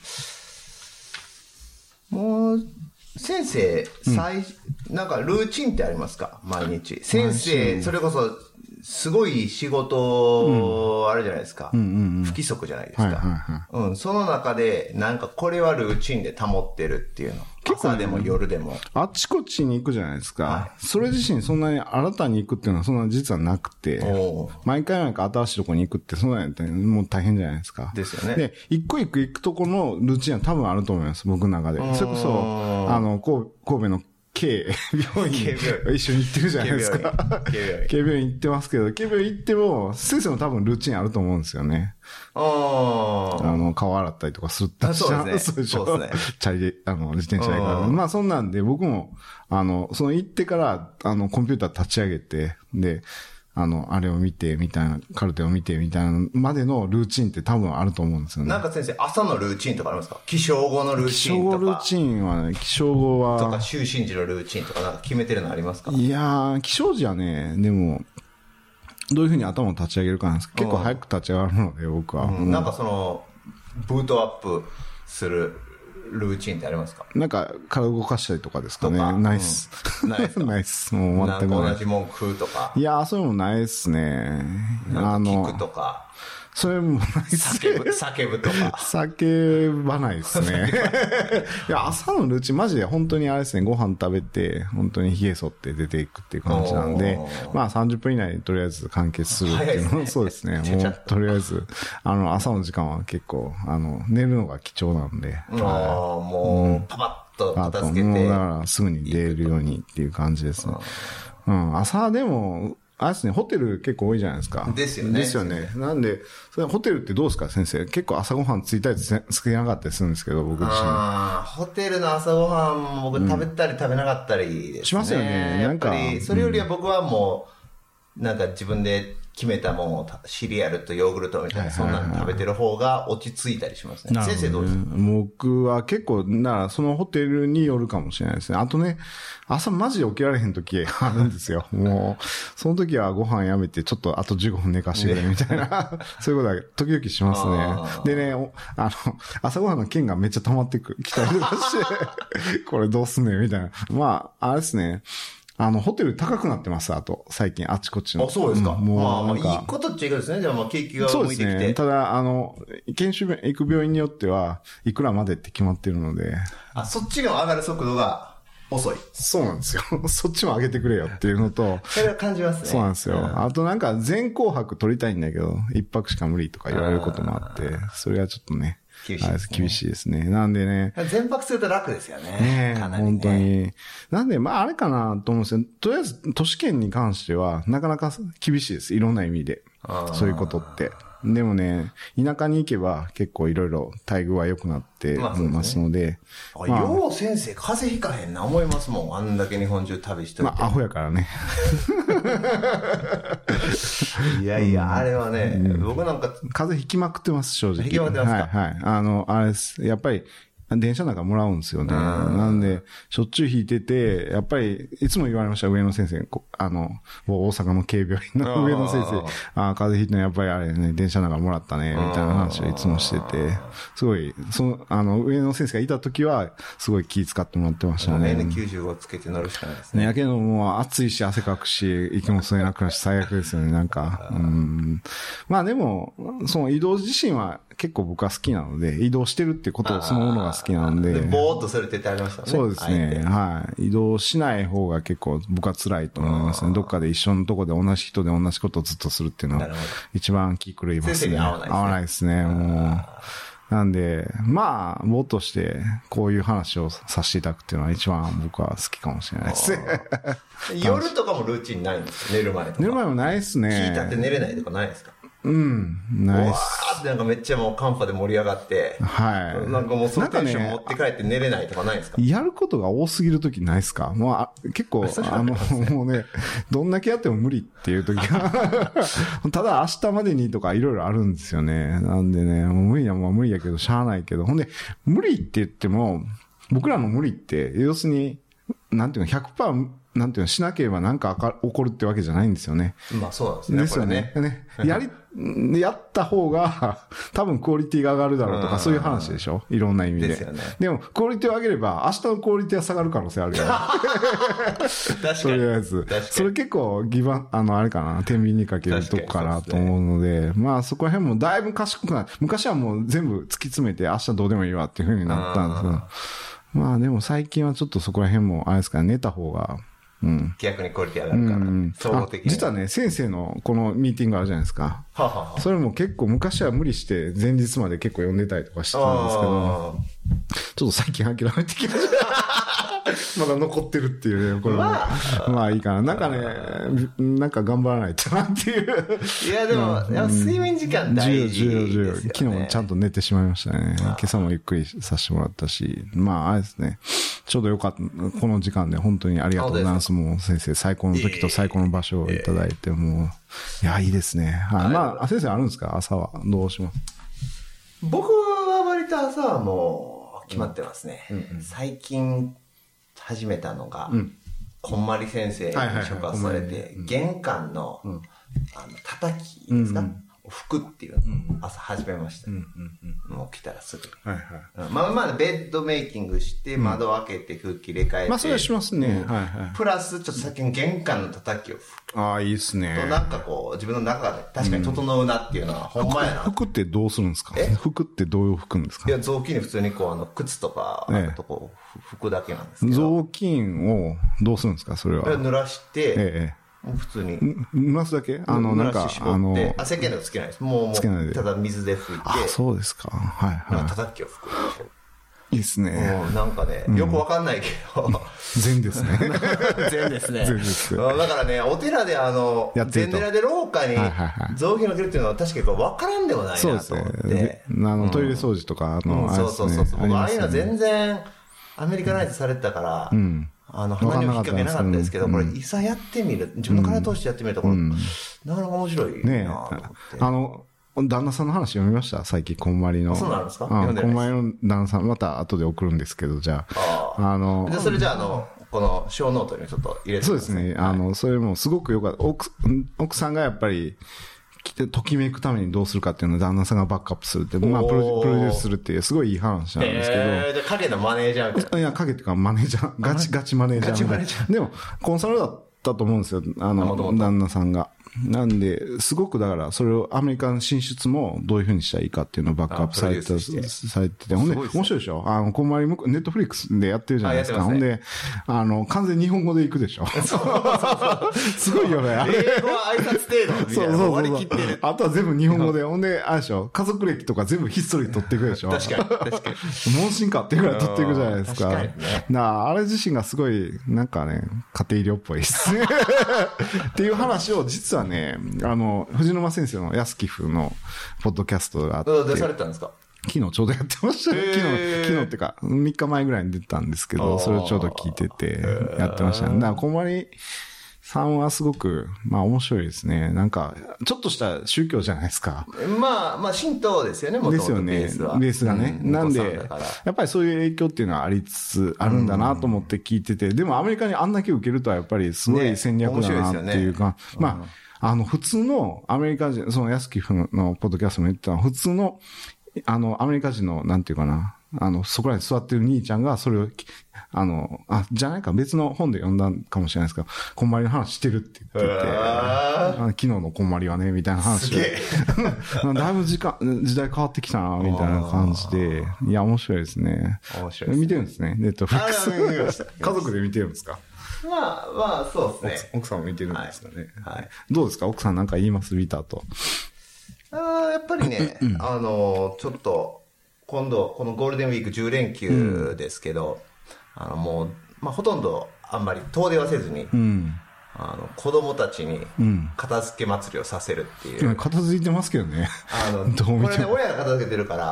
もう、先生、なんかルーチンってありますか？毎日。先生、それこそ、すごい仕事、あるじゃないですか。不規則じゃないですか。その中で、なんかこれはルーチンで保ってるっていうの。朝でも夜でも。 あっちこっちに行くじゃないですか。それ自身そんなに新たに行くっていうのはそんな実はなくて、毎回なんか新しいところに行くってそんなにもう大変じゃないですか。 ですよね。 で、一個行くとこのルーチンは多分あると思います、僕の中で。それこそ、神戸のK 病院一緒に行ってるじゃないですか。K 病院行ってますけど、K 病院行っても、先生も多分ルーチンあると思うんですよね。顔洗ったりとかするってそうですね。 そうですね。チャリで、自転車でから。まあそんなんで、僕も、その行ってから、コンピューター立ち上げて、で、あれを見て、みたいな、カルテを見て、みたいなまでのルーチンって多分あると思うんですよね。 なんか先生、朝のルーチンとかありますか？起床後のルーチンとか。 起床後ルーチンはね、起床後は。 とか、就寝時のルーチンとか、なんか決めてるのありますか？ いやー、起床時はね、でも、どういうふうに頭を立ち上げるかなんですけど、結構早く立ち上がるので、僕は。 なんかブートアップするルーチンってありますか？ なんか、体動かしたりとかですかね。ないっす。 ないっす。 もう全くない。 なんか同じもん食うとか。 いやー、そういうのもないっすね。 なんか聞くとか。 それもないっすね。 叫ぶとか。 叫ばないっすね。いや、朝のルーチンマジで本当にあれですね、ご飯食べて、本当に髭剃って出ていくっていう感じなんで、まあ30分以内にとりあえず完結するっていうのそうですね。もうとりあえず、朝の時間は結構、寝るのが貴重なんで。 もう、パパッと片付けて。もうだからすぐに出るようにっていう感じですね。朝でも、あれですね、ホテル結構多いじゃないですか。 ですよね。 ですよね。なんで、それホテルってどうですか、先生。結構朝ごはんついたりつけなかったりするんですけど、僕自身。 ホテルの朝ごはんも僕食べたり食べなかったりですね。 しますよね。 やっぱり、それよりは僕はもう、なんか自分で決めたもんをシリアルとヨーグルトみたいな、そんなの食べてる方が落ち着いたりしますね。先生どうですか？ 僕は結構、そのホテルによるかもしれないですね。あとね、朝マジで起きられへん時あるんですよ。もう、その時はご飯やめて、ちょっとあと15分寝かしてくれみたいな、そういうことは時々しますね。でね、朝ご飯の券がめっちゃ溜まってきたりとかして、これどうすんねんみたいな。まあ、あれですね。ホテル高くなってます、最近、あちこちの。 あ、そうですか。 もういいことっちゃいいことですね。じゃあ、景気が向いてきて。 そうですね。ただ、研修行く病院によっては、いくらまでって決まってるので。 そっちが上がる速度が遅い。 そうなんですよ。そっちも上げてくれよっていうのと。 それは感じますね。 そうなんですよ。あと全紅白取りたいんだけど、一泊しか無理とか言われることもあって、それはちょっとね。厳しいですね。なんでね。 全泊すると楽ですよね。 ねえ、本当に。なんで、あれかなと思うんですよ。とりあえず、都市圏に関しては、なかなか厳しいです。いろんな意味で。そういうことって。でもね、田舎に行けば結構いろいろ待遇は良くなってますので。 よう先生、風邪ひかへんな思いますもん。あんだけ日本中旅しといて。 アホやからね。 いやいや、あれはね、僕なんか。 風邪ひきまくってます、正直。 ひきまくってますか？ はい。あれです。やっぱり、電車なんかもらうんですよね。なんで、しょっちゅう引いてて、やっぱり、いつも言われました、上野先生。大阪の慶病院の上野先生。風邪ひいてやっぱりあれね、電車なんかもらったね、みたいな話をいつもしてて、すごい、上野先生がいた時は、すごい気遣ってもらってましたね。 N95 つけて乗るしかないですね。 やけどもう暑いし、汗かくし、息も吸えなくなるし、最悪ですよね、なんか。まあでも、その移動自身は結構僕は好きなので、移動してるってことそのものが好きなので。 ぼーっとされててありましたね。 そうですね。はい。移動しない方が結構僕は辛いと思いますね。どっかで一緒のとこで同じ人で同じことをずっとするっていうのは、一番気狂いますね。 先生に合わないですね。 合わないですね、もう。なんで、まあ、ぼーっとして、こういう話をさせていただくっていうのは一番僕は好きかもしれないですね。 夜とかもルーチンないんですか？寝る前とか。 寝る前もないですね。 聞いたって寝れないとかないですか？ ないっす。 わーってなんかめっちゃもうカンパで盛り上がって。 はい。 なんかもうそのテンション持って帰って寝れないとかないですか？ やることが多すぎるときないっすか？もう結構、もうね、どんだけやっても無理っていうときが、ただ明日までにとかいろいろあるんですよね。なんでね、もう無理はもう無理やけど、しゃあないけど。ほんで、無理って言っても、僕らの無理って、要するに、なんていうの、100%、なんていうの、しなければなんか起こるってわけじゃないんですよね。 まあそうなんですね。 ですよね。やった方が、多分クオリティが上がるだろうとか、そういう話でしょ？いろんな意味で。ですよね。でも、クオリティを上げれば、明日のクオリティは下がる可能性あるから。 確かに。 とりあえず。それ結構、あれかな、天秤にかけるとこかなと思うので、まあそこら辺もだいぶ賢くなる。昔はもう全部突き詰めて、明日どうでもいいわっていう風になったんですけど。まあでも最近はちょっとそこら辺も、あれですかね、寝た方が、 逆にクオリティ上がるから、総合的に。 実はね、先生のこのミーティングあるじゃないですか。それも結構昔は無理して前日まで結構読んでたりとかしてたんですけど、ちょっと最近諦めてきました。まだ残ってるっていうね、これも。まあいいかな。なんかね、なんか頑張らないとなっていう。 いやでも、睡眠時間大事ですよね。 昨日ちゃんと寝てしまいましたね。今朝もゆっくりさせてもらったし、まああれですね。ちょうどよかった。この時間で本当にありがとうございます。もう先生、最高の時と最高の場所をいただいて、もう、いや、いいですね。はい。まあ、先生あるんですか？朝は。どうします？ 僕は割と朝はもう決まってますね。最近始めたのが、こんまり先生に触発されて、玄関の、叩きですか？拭くっていうのを朝始めました。もう来たらすぐ。まあベッドメイキングして窓を開けて空気入れ替えて。 まあそれはしますね。 プラスちょっと先に玄関の叩きを拭く。 ああ、いいっすね。 となんかこう自分の中で確かに整うなっていうのはほんまやな。 服ってどうするんですか？服ってどういう服ですか？ いや、雑巾に普通にこう靴とか、あとこう拭くだけなんですけど。雑巾をどうするんですか？それは。 濡らして、普通に。 濡らすだけなんか、 石鹸ではつけないです。もう、ただ水で拭いて。 あ、そうですか。はいはい。 叩きを拭く。 いいっすね。 もうなんかね、よくわかんないけど。 禅ですね。 禅ですね。 禅です。 だからね、お寺で禅寺で廊下に雑巾をかけるっていうのは確かにわからんでもないなと思って。 トイレ掃除とか、 そう。僕、ああいうの全然アメリカナイズされてたから、 何もきっかけなかったですけど、これ、いざやってみる、自分の体通してやってみると、なかなか面白いなと思って。 旦那さんの話読みました最近、こんまりの。 そうなんですか？ こんまりの旦那さん、また後で送るんですけど、じゃあ。 それじゃあ、この小ノートにちょっと入れてください。 そうですね。それもすごくよかった。奥さんがやっぱり、ときめくためにどうするかっていうのを旦那さんがバックアップするって、まあ、プロデュースするっていう、すごいいい話なんですけど。 で、影のマネージャーみたいな。 いや、影っていうかマネージャー、ガチマネージャー。ガチマネージャー。でも、コンサルだったと思うんですよ、旦那さんが。なんで、すごくだから、それをアメリカの進出もどういうふうにしたらいいかっていうのをバックアップされてて、ほんで、面白いでしょこんまりネットフリックスでやってるじゃないですか。ほんで、完全に日本語で行くでしょ。すごいよね。 英語は挨拶程度みたいな。割り切ってる。 あとは全部日本語で、ほんで、あれでしょ、家族歴とか全部ヒストリー取っていくでしょ。 確かに。 問診かっていうぐらい取っていくじゃないですか。 確かにね。 あれ自身がすごい、なんかね、家庭医療っぽいですね。っていう話を実はね、藤沼先生の安寄付のポッドキャストがあって。 出されたんですか？ 昨日ちょうどやってました。昨日ってか、3日前ぐらいに出たんですけど、それをちょうど聞いてて、やってましたね。だから、こんまりさんはすごく、まあ面白いですね。なんか、ちょっとした宗教じゃないですか。 まあ、神道ですよね、 ですよね。ベースがね。なんで、やっぱりそういう影響っていうのはありつつあるんだなと思って聞いてて、でもアメリカにあんだけ受けるとはやっぱりすごい戦略だなっていうか、まあ、普通のアメリカ人、その安木のポッドキャストも言ってたのは、普通の、アメリカ人の、なんていうかな、そこらに座ってる兄ちゃんが、それを、じゃないか、別の本で読んだかもしれないですけど、こんまりの話してるって言ってて、昨日のこんまりはね、みたいな話で。だいぶ時代変わってきたな、みたいな感じで、いや、面白いですね。 面白いですね。 見てるんですね、ネットフリックス。家族で見てるんですか？ まあ、そうですね。 奥さんも見てるんですかね。 はい。 どうですか？奥さんなんか言います見た後。 やっぱりね、ちょっと、今度、このゴールデンウィーク10連休ですけど、もう、まあ、ほとんどあんまり遠出はせずに、子供たちに片付け祭りをさせるっていう。 片付いてますけどね。 これね、親が片付けてるから、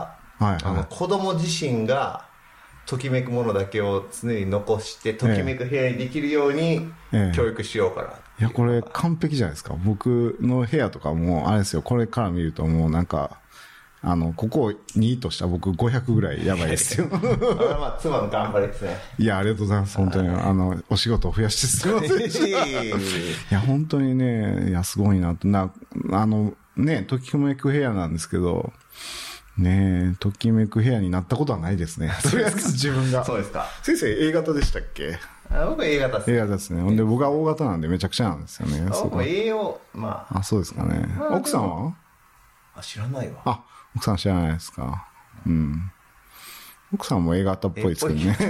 子供自身が、ときめくものだけを常に残して、ときめく部屋にできるように教育しようかな。いや、これ完璧じゃないですか。僕の部屋とかも、あれですよ、これから見るともうなんか、ここを2とした僕500ぐらいやばいですよ。 まあ、妻の頑張りですね。 いや、ありがとうございます。本当に、お仕事を増やしてすみません。いや、本当にね、いや、すごいなと。ね、ときめく部屋なんですけど、ねえ、ときめく部屋になったことはないですね。とりあえず自分が。 そうですか。 先生、A 型でしたっけ？ 僕は A 型ですね。 A 型ですね。ほんで、僕は O 型なんでめちゃくちゃなんですよね。 僕も A を、まあ。 そうですかね。奥さんは？ 知らないわ。 奥さん知らないですか。うん。奥さんも A 型っぽいですけどね。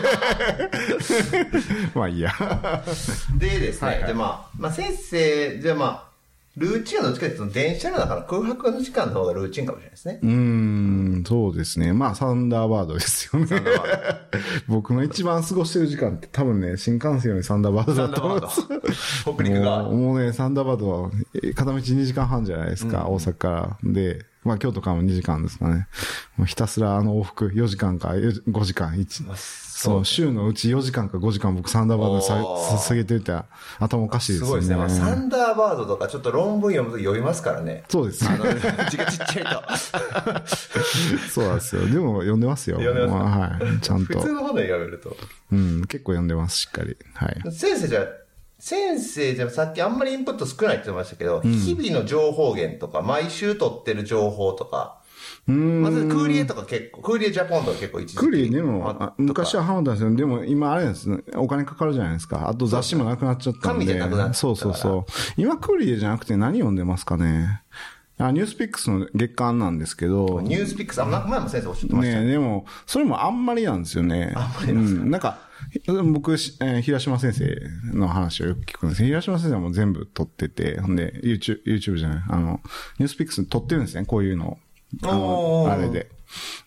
まあいいや。 でですね、でまあ先生、じゃあまあ、ルーチンはどっちかというと電車の中の空白の時間の方がルーチンかもしれないですね。 そうですね。まあサンダーバードですよね。僕の一番過ごしてる時間って多分ね、新幹線よりサンダーバードだと思います。 北陸が。 もうね、サンダーバードは片道2時間半じゃないですか、大阪から。で、まあ京都からも2時間ですかね。もうひたすら往復4時間か5時間そう、週のうち4時間か5時間僕サンダーバードに下げてるって頭おかしいですよね。 すごいですね。サンダーバードとかちょっと論文読むと読みますからね。 そうです。 字がちっちゃいと。 そうなんですよ。でも読んでますよ。 読んでますか？ はい。ちゃんと。 普通の本で読めると。 結構読んでます、しっかり。はい。 先生じゃさっきあんまりインプット少ないって言ってましたけど、日々の情報源とか、毎週取ってる情報とか、まずクーリエとか結構、クーリエジャポンとか結構一時期。 クーリエでも、昔はハマったんですよ。でも今あれですね、お金かかるじゃないですか。あと雑誌もなくなっちゃったんで。 紙じゃなくなっちゃった。 そう。今クーリエじゃなくて何読んでますかね。ニュースピックスの月刊なんですけど。 ニュースピックス、前も先生おっしゃってましたね。でも、それもあんまりなんですよね。 あんまりなんですか？ なんか、僕、平島先生の話をよく聞くんです。平島先生はもう全部撮ってて、ほんで、YouTube じゃない、ニュースピックス撮ってるんですね、こういうの。あれで。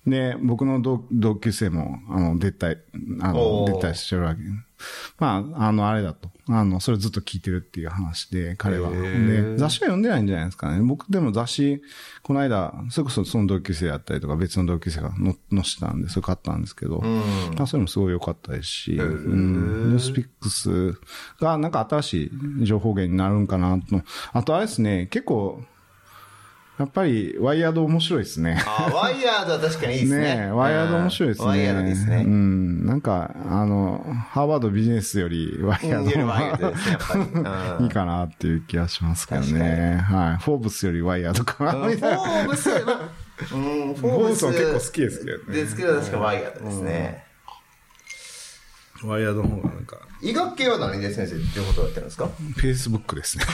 で、僕の同級生も、出たりしてるわけ。まあ、あれだと。それずっと聞いてるっていう話で、彼は。で、雑誌は読んでないんじゃないですかね。僕でも雑誌、この間、それこそその同級生だったりとか、別の同級生が載してたんで、それ買ったんですけど、それもすごい良かったですし、ニュースピックスがなんか新しい情報源になるんかなと。あとあれですね、結構、やっぱり、ワイヤード面白いですね。 ワイヤードは確かにいいですね。 ね、ワイヤード面白いですね。 ワイヤードですね。 なんか、ハーバードビジネスよりワイヤードの方がいいかなっていう気がしますけどね。はい。フォーブスよりワイヤードかな。フォーブスは結構好きですけどね。 ですけど、確かワイヤードですね。 ワイヤードの方がなんか。 医学系は何で先生っていうことをやってるんですか？ Facebook ですね。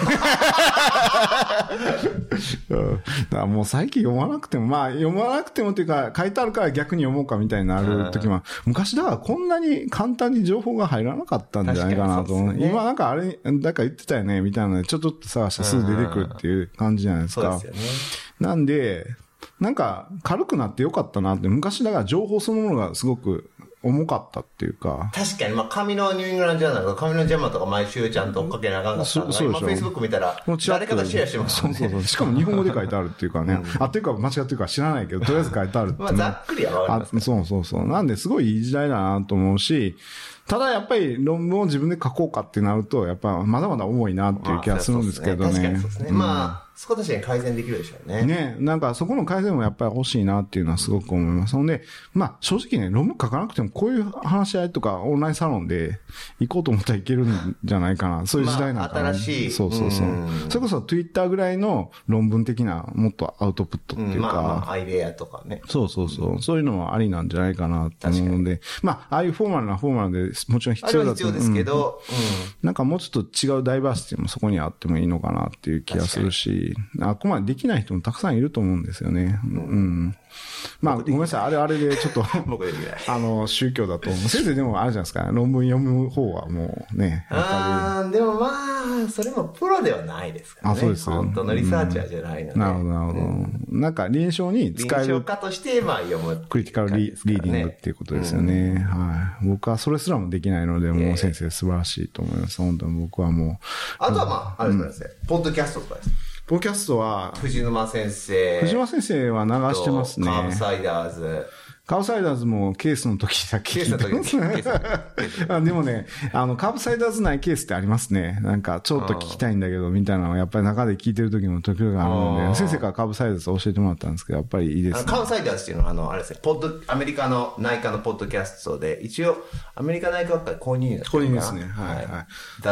だからもう最近読まなくても、まあ読まなくてもっていうか、書いてあるから逆に読もうかみたいになる時も、昔だからこんなに簡単に情報が入らなかったんじゃないかなと思う。ね、今なんかあれ、だから言ってたよね、みたいなので、ちょっと探したらすぐ出てくるっていう感じじゃないですか。そうですよね。なんで、なんか軽くなってよかったなって、昔だから情報そのものがすごく、重かったっていうか。 確かに、まあ、紙のニューイングランドジャーナルとか、紙のジャマとか毎週ちゃんと追っかけなあかんかったのが、今、Facebook 見たら、誰かがシェアしてますね。 そう。しかも日本語で書いてあるっていうかね。っていうか間違ってるか知らないけど、とりあえず書いてあるって。 まあ、ざっくりはわかります、 そう。なんで、すごいいい時代だなと思うし、ただやっぱり論文を自分で書こうかってなると、やっぱまだまだ重いなっていう気がするんですけどね。 確かにそうですね。まあ、そこ確かに改善できるでしょうね。 ね、なんかそこの改善もやっぱり欲しいなっていうのはすごく思います。ほんで、まあ正直ね、論文書かなくてもこういう話し合いとかオンラインサロンで行こうと思ったらいけるんじゃないかな。そういう時代なんかな。 まあ、新しい。 そう。それこそ Twitter ぐらいの論文的なもっとアウトプットっていうか。 まあ、アイデアとかね。 そう。そういうのはありなんじゃないかなと思うので、まあ、ああいうフォーマルでもちろん必要だと必要ですけど、 なんかもうちょっと違うダイバーシティもそこにあってもいいのかなっていう気がするし、あくまでできない人もたくさんいると思うんですよね。まあ、ごめんなさい。あれでちょっと、 僕できない。 宗教だと。先生でもあるじゃないですか。論文読む方はもうね。 でもまあ、それもプロではないですからね。 そうです。 本当のリサーチャーじゃないので。 なるほど。なんか臨床に使える。 臨床家としてまあ読む。 クリティカルリーディングっていうことですよね。はい。僕はそれすらもできないので、もう先生素晴らしいと思います。本当に僕はもう。 あとはまあ、あれですね。ポッドキャストとかです。 ポッドキャストは、 藤沼先生は流してますね。 カーブサイダーズ。 カーブサイダーズもケースの時だけ聞いてますね。でもね、カーブサイダーズないケースってありますね。なんか、ちょっと聞きたいんだけど、みたいなのはやっぱり中で聞いてる時も時々あるので、先生からカーブサイダーズ教えてもらったんですけど、やっぱりいいですね。 カーブサイダーズっていうのは、あれですね、アメリカの内科のポッドキャストで、一応、アメリカ内科学会公認ですね。 公認ですね。はい。 The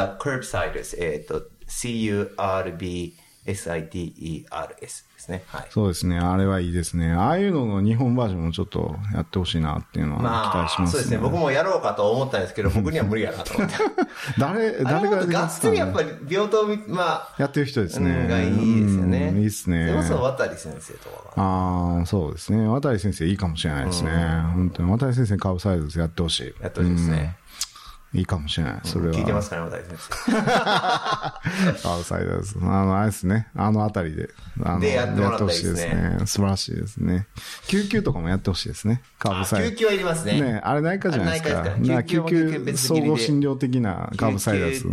Curbsiders、CURBSIDERS ですね。はい。 そうですね。あれはいいですね。ああいうのの日本バージョンもちょっとやってほしいなっていうのは期待しますね。 そうですね。僕もやろうかと思ったんですけど、僕には無理やなと思って。 誰ができますかね。 がっつりやっぱり病棟やってる人ですね。 がいいですよね。 いいですね。 それこそ渡先生とかが。そうですね。渡先生いいかもしれないですね。本当に渡先生カーブサイズやってほしい。 やってほしいですね。 いいかもしれない。それは。 聞いてますかね、渡先生。 アウトサイダーズ。あれですね。あのあたりで。 やってほしいですね。 素晴らしいですね。救急とかもやってほしいですね。カーブサイダーズ。 救急はいりますね。 ね、あれないかじゃないですか。救急総合診療的なカーブサイダーズ。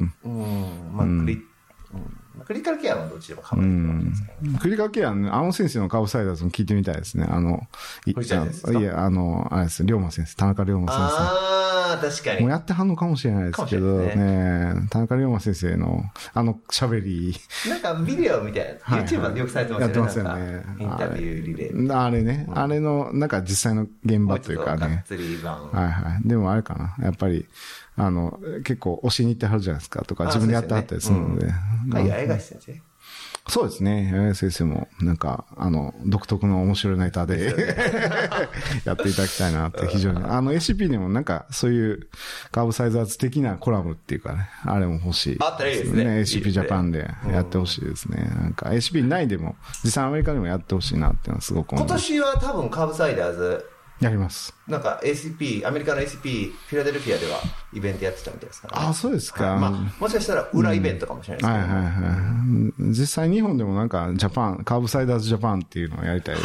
クリティカルケアはどっちでも構わないですかね。 クリティカルケア、先生のカーブサイダーズも聞いてみたいですね。あれです、龍馬先生、田中龍馬先生。 確かに。 もうやってはんのかもしれないですけど、田中龍馬先生の、喋り。 なんかビデオみたいな、YouTube でよくされてますよね。 やってますよね。 インタビューリレー。 あれね、あれの、なんか実際の現場というかね。でもあれかな。やっぱり、結構教えに行ってはるじゃないですかとか、自分でやってはったりするので。 八重樫先生。 そうですね。八重樫先生も、なんか、独特の面白いネタでやっていただきたいなって非常に。ACP でもなんか、そういうカーブサイザーズ的なコラムっていうかね、あれも欲しい。 あったらいいですね。 ACP ジャパンでやってほしいですね。なんか ACP 内でも、実際アメリカでもやってほしいなっていうのはすごく思います。 今年は多分カーブサイダーズ、 やります。 なんか ACP、アメリカの ACP、フィラデルフィアではイベントやってたみたいですから、 ね。そうですか。 もしかしたら裏イベントかもしれないですけど。 実際日本でもなんかカーブサイダーズジャパンっていうのをやりたいです。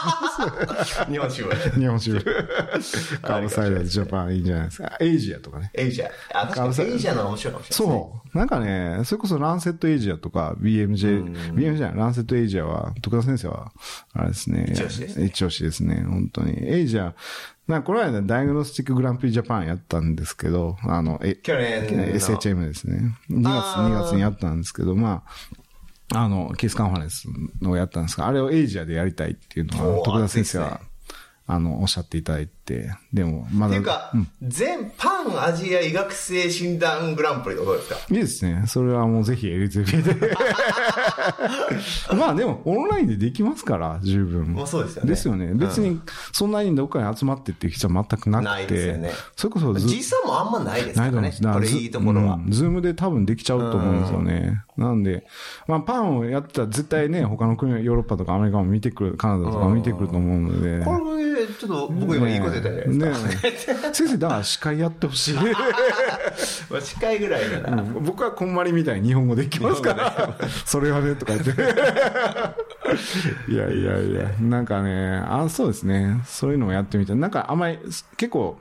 日本支部。 日本支部。カーブサイダージャパンいいんじゃないですか。エイジアとかね。 エイジア。あ、確かにエイジアの面白いかもしれないですね。 そう。なんかね、それこそランセットエイジアとか BMJ じゃない、ランセットエイジアは、徳田先生は、あれですね。 一押しですね。 一押しですね、本当に。エイジア、なんかこの間ダイアグノスティックグランプリジャパンやったんですけど、 去年の SHM ですね。2月にやったんですけど、まあ、ケースカンファレンスのをやったんですが、あれをエイジアでやりたいっていうのは、徳田先生は、おっしゃっていただいて、でも、まだ。 っていうか、全パンアジア医学生診断グランプリどうですか？ いいですね。それはもうぜひ LTV で。まあでも、オンラインでできますから、十分。 まあそうですよね。 ですよね。別に、そんなにどっかに集まってっていう必要は全くなくて。 ないですよね。 それこそ時差もあんまないですからね。これいいところは。 ズームで多分できちゃうと思うんですよね。なんで、まあパンをやってたら絶対ね、他の国、ヨーロッパとかアメリカも見てくる、カナダとか見てくると思うので。 これ、ちょっと僕今いいこと言ったじゃないですか。 先生、だから司会やってほしい。 司会ぐらいかな。 僕はこんまりみたいに日本語できますから。それはね、とか言って。いや、なんかね、そうですね。そういうのをやってみたい。なんかあんまり、結構、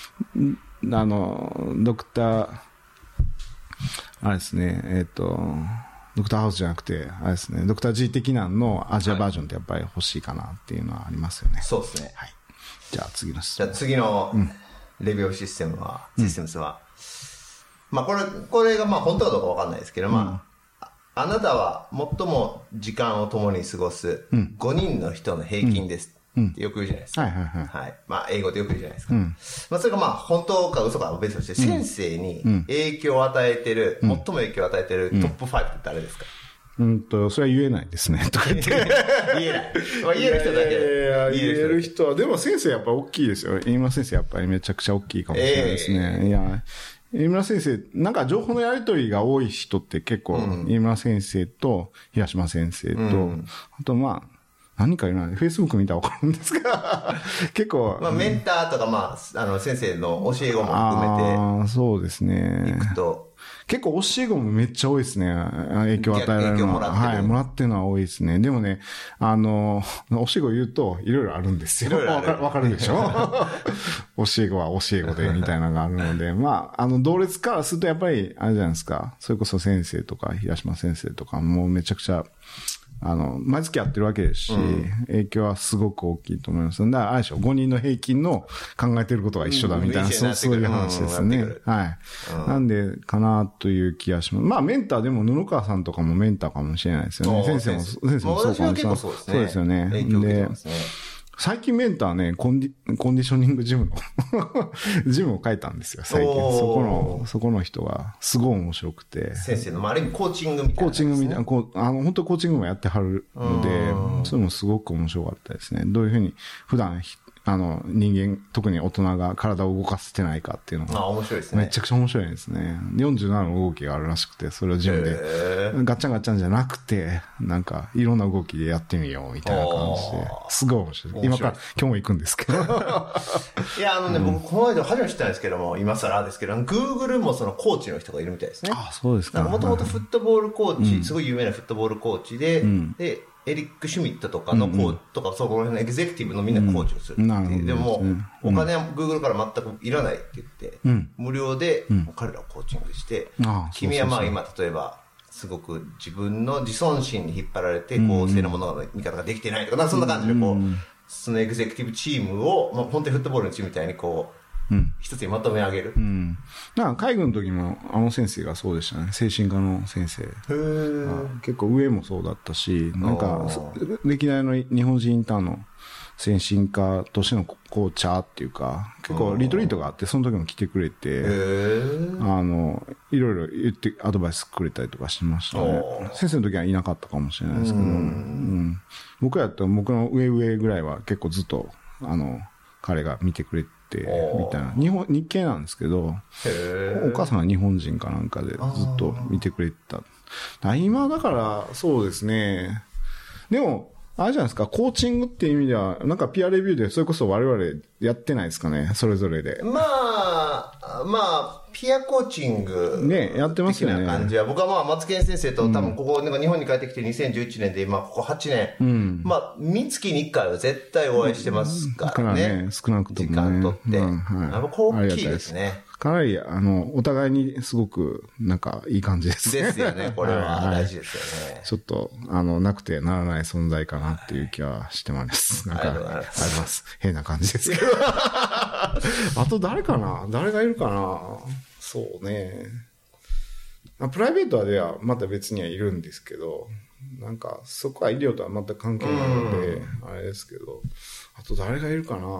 ドクター、あれですね、ドクターハウスじゃなくて、あれですね、ドクター G 的なのアジアバージョンってやっぱり欲しいかなっていうのはありますよね。 そうですね。 はい。じゃあ次のじゃあ次のレビューシステムは、まあこれがまあ本当かどうかわかんないですけど、まあ、あなたは最も時間を共に過ごす5人の人の平均です。ってよく言うじゃないですか。はい。まあ、英語でよく言うじゃないですか。まあ、それがまあ、本当か嘘かは別として、先生に影響を与えてる、最も影響を与えてるトップ5って誰ですか？ それは言えないですね、とか言って。 言えない。まあ、言える人だけ。 言える人は、でも先生やっぱ大きいですよ。飯村先生やっぱりめちゃくちゃ大きいかもしれないですね。いや、飯村先生、なんか情報のやり取りが多い人って結構、飯村先生と平島先生と、あとまあ、何か言うのは、Facebook 見たらわかるんですが、結構。 まあ、メンターとか、まあ、先生の教え子も含めて。 そうですね。 行くと。 結構教え子もめっちゃ多いですね。影響を与えられるのは。はい、もらってるのは多いですね。でもね、教え子言うと、いろいろあるんですよ。わかるでしょ？教え子は教え子で、みたいなのがあるので、まあ、同列からするとやっぱり、あれじゃないですか。それこそ先生とか、平島先生とか、もうめちゃくちゃ、毎月やってるわけですし、影響はすごく大きいと思います。だから、あれでしょ、5人の平均の考えてることが一緒だみたいな、そういう話ですね。はい。なんで、かなという気がします。まあ、メンターでも、布川さんとかもメンターかもしれないですよね。先生もそうかもしれない。そうですよね。で、最近メンターね、コンディショニングジムを書いたんですよ、最近。そこの人が、すごい面白くて。 先生の、ある意味コーチングみたいな、 コーチングみたいな、本当コーチングもやってはるので、それもすごく面白かったですね。どういうふうに、普段、人間、特に大人が体を動かせてないかっていうのが。 面白いですね。 めちゃくちゃ面白いですね。47の動きがあるらしくて、それをジムで、ガッチャンガッチャンじゃなくて、なんか、いろんな動きでやってみよう、みたいな感じで。すごい面白い。今から、今日も行くんですけど。 いや、僕、この間初めて知ったんですけども、今更ですけど、Google もそのコーチの人がいるみたいですね。 そうですか。 もともとフットボールコーチ、すごい有名なフットボールコーチで、で、エリック・シュミットとかのコーチとか、そこら辺のエグゼクティブのみんなコーチをするっていう。でも、お金は Google から全くいらないって言って、無料で彼らをコーチングして、君はまあ今、例えば、すごく自分の自尊心に引っ張られて、公正なものの見方ができてないとか、そんな感じでそのエグゼクティブチームを、本当にフットボールのチームみたいに一つにまとめ上げる。 なんか海軍の時も先生がそうでしたね。精神科の先生。結構上もそうだったし、なんか歴代の日本人インターンの精神科としてのコーチャーっていうか、結構リトリートがあって、その時も来てくれて、いろいろ言ってアドバイスくれたりとかしましたね。先生の時はいなかったかもしれないですけど、僕やったら僕の上ぐらいは結構ずっと、彼が見てくれて、みたいな。日系なんですけど、お母さんが日本人かなんかでずっと見てくれてた。今だから、そうですね。でも、あれじゃないですか、コーチングっていう意味では、なんかピアレビューでそれこそ我々やってないですかね、それぞれで。 まあ、 ピアコーチングね、やってますよね。 的な感じは、僕はまあ、松健先生と多分ここ、なんか日本に帰ってきて2011年で、今ここ8年、まあ、三月に1回は絶対お会いしてますからね。 少なくともね。 時間取って。やっぱ大きいですね。 かなり、お互いにすごく、なんか、いい感じですね。 ですよね。これは大事ですよね。 ちょっと、なくてならない存在かなっていう気はしてます。なんか、あります。変な感じですけど。あと誰かな？誰がいるかな？そうね。プライベートではまた別にはいるんですけど、なんか、そこは医療とは全く関係ないので、あれですけど、あと誰がいるかな？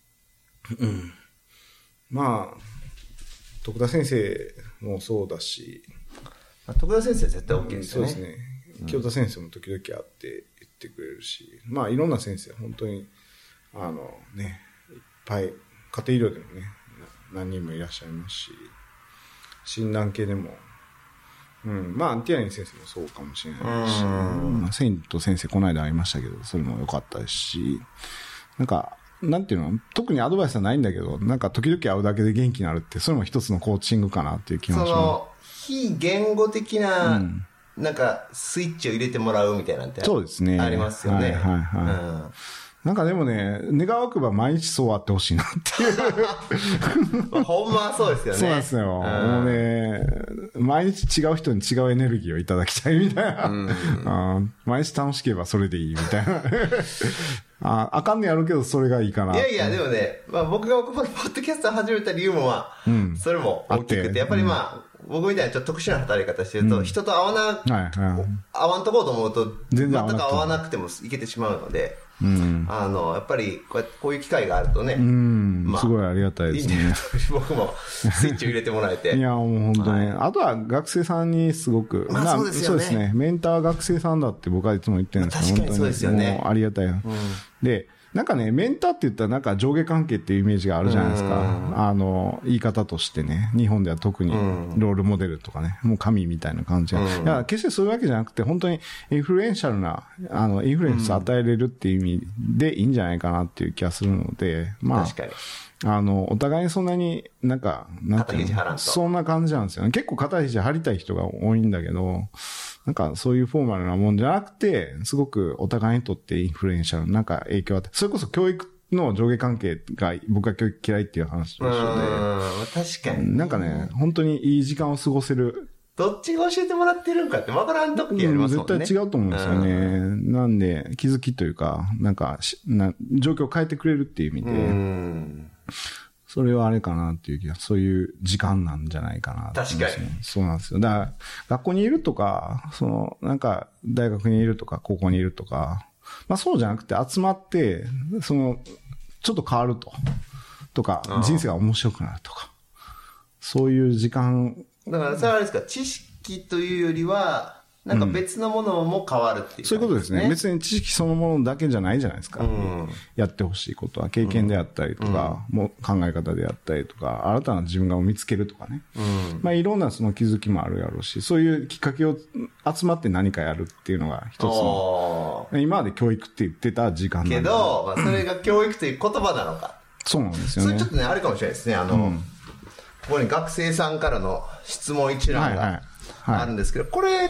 まあ、徳田先生もそうだし、 徳田先生絶対 OK ですよね。 そうですね。清田先生も時々会って言ってくれるし、まあいろんな先生、本当に、ね、いっぱい、家庭医療でもね、何人もいらっしゃいますし、診断系でも、まあ、ティアリン先生もそうかもしれないし、セイント先生この間会いましたけど、それも良かったですし、なんか、なんていうの、特にアドバイスはないんだけど、なんか時々会うだけで元気になるって、それも一つのコーチングかなっていう気がします。 非言語的な、なんかスイッチを入れてもらうみたいなんてそうですね。 ありますよね。 なんかでもね、願わくば毎日そうあってほしいなっていう。 ほんまはそうですよね。 そうなんですよ。もうね、毎日違う人に違うエネルギーをいただきたいみたいな。毎日楽しければそれでいいみたいな。あかんねやるけどそれがいいかな。 いやいや、でもね、まあ僕がここでポッドキャストを始めた理由もまあ、それも大きくて、やっぱりまあ、僕みたいなちょっと特殊な働き方してると、人と合わんとこうと思うと、全く合わなくてもいけてしまうので、やっぱりこういう機会があるとね、 すごいありがたいですね。 僕もスイッチを入れてもらえて。 いや、もう本当に。あとは学生さんにすごく、 そうですね。 メンター学生さんだって僕はいつも言ってるんですけど、 本当にそうですよね。 もうありがたい。で、なんかね、メンターって言ったらなんか上下関係っていうイメージがあるじゃないですか。言い方としてね、日本では特にロールモデルとかね、もう神みたいな感じが。いや、決してそういうわけじゃなくて、本当にインフルエンシャルな、インフルエンスを与えれるっていう意味でいいんじゃないかなっていう気がするので、まあ、 確かに。 お互いにそんなになんか、そんな感じなんですよね。結構肩肘張りたい人が多いんだけど、なんかそういうフォーマルなもんじゃなくて、すごくお互いにとってインフルエンシャルなんか影響あって、それこそ教育の上下関係が僕は教育嫌いっていう話と一緒で。 確かに。 なんかね、本当にいい時間を過ごせる。 どっちが教えてもらってるんかって分からんときありますもんね。 絶対違うと思うんですよね。なんで、気づきというか、なんか、状況を変えてくれるっていう意味で、それはあれかなっていう気が、そういう時間なんじゃないかな。 確かに。 そうなんですよ。だから、学校にいるとか、なんか、大学にいるとか、高校にいるとか、まあそうじゃなくて集まって、ちょっと変わるとか、人生が面白くなるとか、そういう時間。 だから、それはあれですか、知識というよりは、なんか別のものも変わるっていう、 そういうことですね。別に知識そのものだけじゃないじゃないですか。やってほしいことは経験であったりとか、もう考え方であったりとか、新たな自分が見つけるとかね。まあいろんなその気づきもあるやろうし、そういうきっかけを集まって何かやるっていうのが一つの、今まで教育って言ってた時間なんだけど、それが教育という言葉なのか。 そうなんですよね。 それちょっとね、あれかもしれないですね。ここに学生さんからの質問一覧があるんですけど、これ、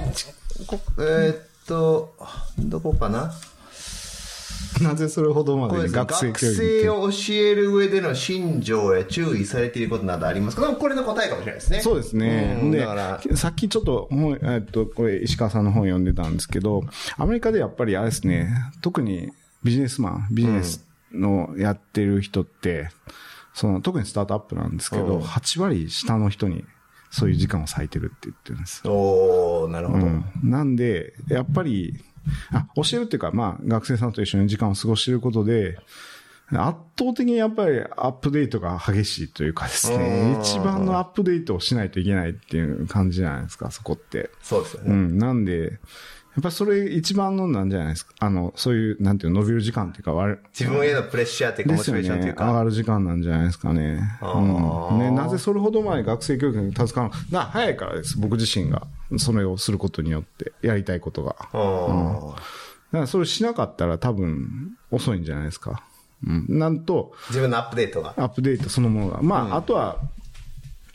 どこかな？ なぜそれほどまで学生を教える上での信条や注意されていることなどありますか？これの答えかもしれないですね。 そうですね。で、さっきちょっと、これ石川さんの本読んでたんですけど、アメリカでやっぱりあれですね、特にビジネスのやってる人って、特にスタートアップなんですけど、8割下の人にそういう時間を割いてるって言ってるんです。 なるほど。 なんで、やっぱり、教えるっていうか、まあ、学生さんと一緒に時間を過ごしていることで、圧倒的にやっぱりアップデートが激しいというかですね、一番のアップデートをしないといけないっていう感じじゃないですか、そこって。 そうですよね。 なんで、やっぱそれ一番のなんじゃないですか。そういう、なんていう伸びる時間っていうか、 自分へのプレッシャーっていうか、モチベーションっていうか。 上がる時間なんじゃないですかね。なぜそれほど前学生教育に携わるの早いからです。僕自身が。それをすることによって、やりたいことが。だからそれしなかったら多分遅いんじゃないですか。なんと、 自分のアップデートが。 アップデートそのものが。まあ、あとは、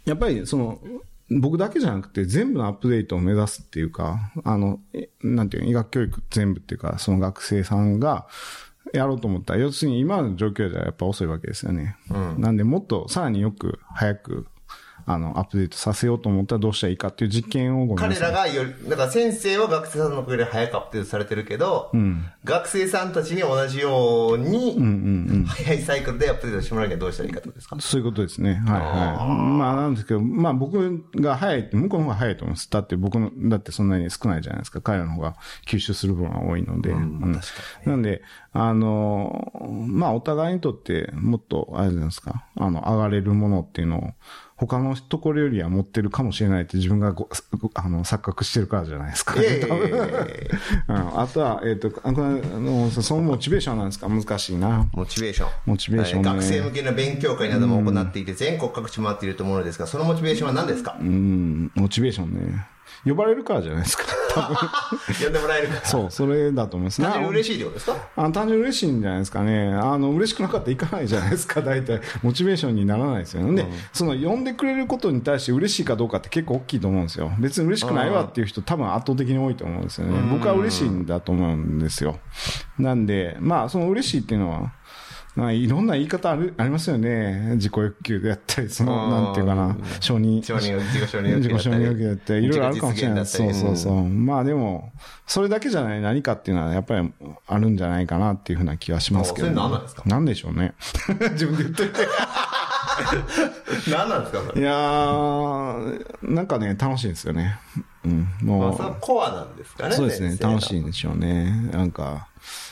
やっぱり僕だけじゃなくて全部のアップデートを目指すっていうか、なんていうの、医学教育全部っていうか、その学生さんがやろうと思ったら、要するに今の状況じゃやっぱ遅いわけですよね。なんでもっとさらによく早く、アップデートさせようと思ったらどうしたらいいかっていう実験を彼らがだから先生は学生さんの声で早くアップデートされてるけど、学生さんたちに同じように、早いサイクルでアップデートしてもらうにはどうしたらいいかってことですか？ そういうことですね。はいはい。まあなんですけど、まあ僕が早いって、向こうの方が早いと思います。だってだってそんなに少ないじゃないですか。彼らの方が吸収する分は多いので。なんで、まあお互いにとってもっと、あれじゃないですか、上がれるものっていうのを、他のところよりは持ってるかもしれないって自分が錯覚してるからじゃないですか。あとは、そのモチベーションなんですか？難しいな。 モチベーション、ね。学生向けの勉強会なども行っていて、全国各地回っていると思うのですが、そのモチベーションは何ですか？ モチベーションね。呼ばれるからじゃないですか。 呼んでもらえるから。 そう、それだと思います。 単純に嬉しいってことですか？ 単純に嬉しいんじゃないですかね。嬉しくなかったら行かないじゃないですか、大体。モチベーションにならないですよね。で、呼んでくれることに対して嬉しいかどうかって結構大きいと思うんですよ。別に嬉しくないわっていう人多分圧倒的に多いと思うんですよね。僕は嬉しいんだと思うんですよ。なんで、まあ、その嬉しいっていうのは、いろんな言い方ありますよね。自己欲求であったり、なんていうかな、自己承認欲求であったり、いろいろあるかもしれない。そうそうそう。まあでも、それだけじゃない何かっていうのはやっぱりあるんじゃないかなっていうふうな気はしますけど。 それ何なんですか？ 何でしょうね。自分で言っといて。 何なんですかそれ？ いやー、なんかね、楽しいですよね。 もう。それはコアなんですかね。 そうですね、楽しいんでしょうね。なんか、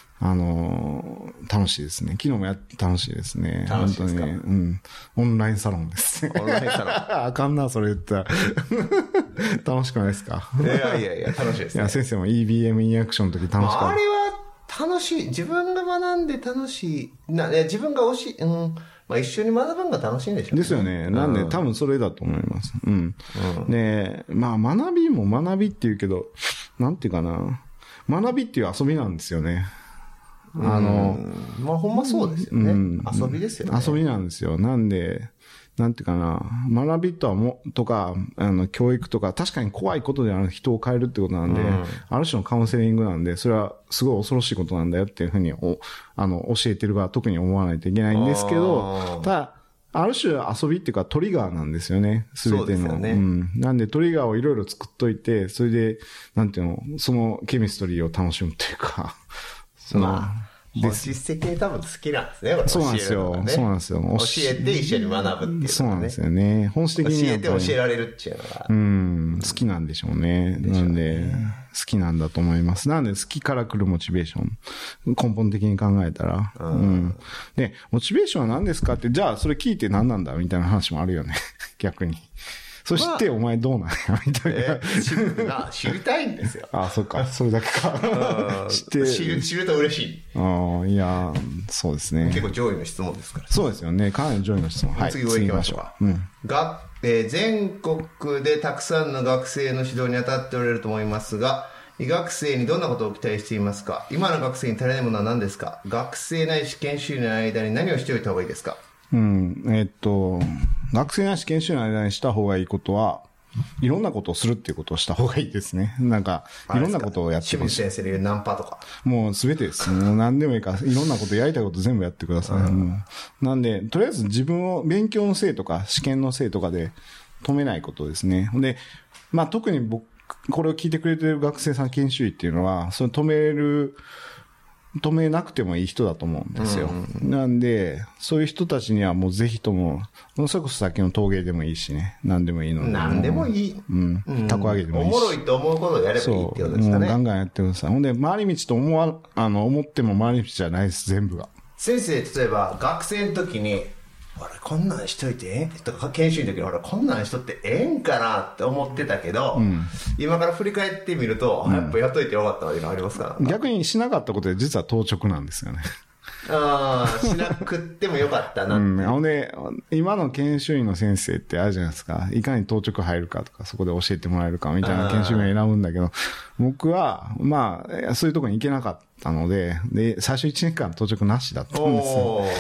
楽しいですね。昨日も楽しいですね。 楽しいですか？ 本当に、オンラインサロンです。 オンラインサロン。 あかんな、それ言ったら。楽しくないですか？ いや、楽しいですね。 いや、先生も EBM インアクションの時楽しかった。 あれは楽しい。自分が学んで楽しい。自分がまあ一緒に学ぶのが楽しいんでしょうね。 ですよね。なんで、多分それだと思います。で、まあ学びも学びって言うけど、なんていうかな。学びっていう遊びなんですよね。 まあほんまそうですよね。遊びですよね。 遊びなんですよ。なんで、なんていうかな、学びとか、教育とか、確かに怖いことである人を変えるってことなんで、ある種のカウンセリングなんで、それはすごい恐ろしいことなんだよっていうふうに、教えてる側は特に思わないといけないんですけど、ただ、ある種遊びっていうかトリガーなんですよね。すべての。そうですよね。なんでトリガーをいろいろ作っといて、それで、なんていうの、そのケミストリーを楽しむっていうか、 本質的に多分好きなんですね。 そうなんですよ。そうなんですよ。 教えて一緒に学ぶっていうのがね。 そうなんですよね。本質的に。 教えて教えられるっていうのが。 好きなんでしょうね。なんで、好きなんだと思います。なんで好きから来るモチベーション。根本的に考えたら。で、モチベーションは何ですかって、じゃあそれ聞いて何なんだみたいな話もあるよね。逆に。そして、お前どうなんやみたいな。知りたいんですよ。 あ、そっか。それだけか。 知ると嬉しい。 いや、そうですね。 結構上位の質問ですから。 そうですよね。かなり上位の質問。はい。 次行きましょう。全国でたくさんの学生の指導に当たっておられると思いますが、医学生にどんなことを期待していますか？今の学生に足りないものは何ですか？学生ないし研修医の間に何をしておいた方がいいですか？ 学生なし研修の間にした方がいいことは、いろんなことをするっていうことをした方がいいですね。なんか、いろんなことをやってほしい。 清水先生で言うナンパとか。 もうすべてです。もう何でもいいから、いろんなこと、やりたいこと全部やってください。なんで、とりあえず自分を勉強のせいとか、試験のせいとかで止めないことですね。で、まあ特にこれを聞いてくれてる学生さん研修医っていうのは、それ止めなくてもいい人だと思うんですよ。なんで、そういう人たちにはもうぜひとも、それこそさっきの陶芸でもいいしね、何でもいいので。 何でもいい。 たこ揚げでもいいし。 おもろいと思うことをやればいいってことですかね。 ガンガンやってください。ほんで、回り道と思っても回り道じゃないです、全部が。 先生、例えば学生の時に、俺こんなんしといてええとか研修の時に俺こんなんしとってええんかなって思ってたけど、今から振り返ってみると、やっぱやっといてよかったっていうのありますか？ 逆にしなかったことで実は当直なんですよね。 しなくってもよかったなって。 ほんで、今の研修医の先生ってあるじゃないですか。いかに当直入るかとか、そこで教えてもらえるかみたいな研修医を選ぶんだけど、僕は、まあ、そういうところに行けなかったので、最初1年間当直なしだったんですよ。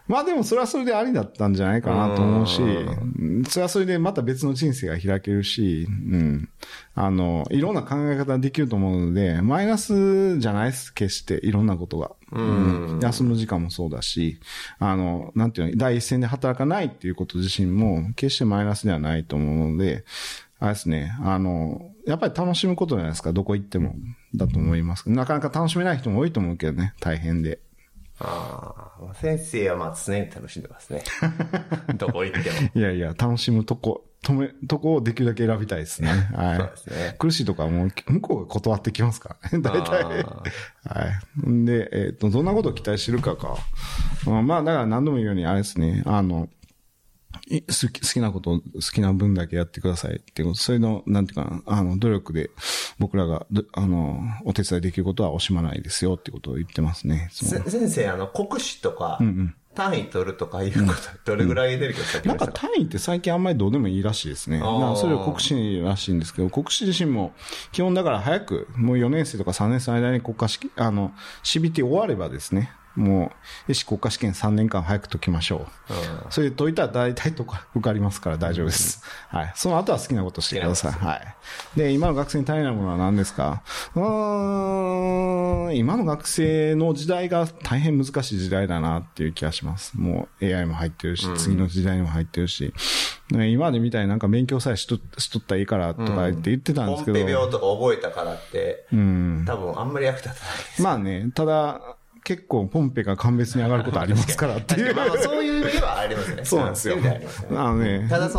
まあでもそれはそれでありだったんじゃないかなと思うし、それはそれでまた別の人生が開けるし、いろんな考え方できると思うので、マイナスじゃないです、決していろんなことが。休む時間もそうだし、なんていうの、第一線で働かないっていうこと自身も決してマイナスではないと思うので、あれですね、やっぱり楽しむことじゃないですか、どこ行っても。だと思います。なかなか楽しめない人も多いと思うけどね、大変で。 先生はまあ常に楽しんでますね。どこ行っても。 いやいや、楽しむとこをできるだけ選びたいですね。はい。そうですね。苦しいとかはもう向こうが断ってきますからね、大体。はい。んで、どんなことを期待してるかか。まあ、だから何度も言うように、あれですね、好きなことを好きな分だけやってくださいっていうこと、それの、なんていうかな、努力で僕らが、お手伝いできることは惜しまないですよっていうことを言ってますね。 先生、国試とか、単位取るとかいうこと、どれぐらい出るかさっきなんか単位って最近あんまりどうでもいいらしいですね。それを国試らしいんですけど、国試自身も基本だから早く、もう4年生とか3年生の間に国家試験、CBT 終わればですね、もう、国家試験3年間早く解きましょう。それで解いたら大体とか受かりますから大丈夫です。はい。その後は好きなことしてください。はい。で、今の学生に足りないものは何ですか？今の学生の時代が大変難しい時代だなっていう気がします。もう AI も入ってるし、次の時代にも入ってるし、今までみたいになんか勉強さえしとったらいいからとか言ってたんですけど。 コンペ病とか覚えたからって、多分あんまり役立たないです。 まあね、ただ、結構ポンペが鑑別に上がることありますからっていう。 そういう意味ではありますね。 そうなんですよ。 ただ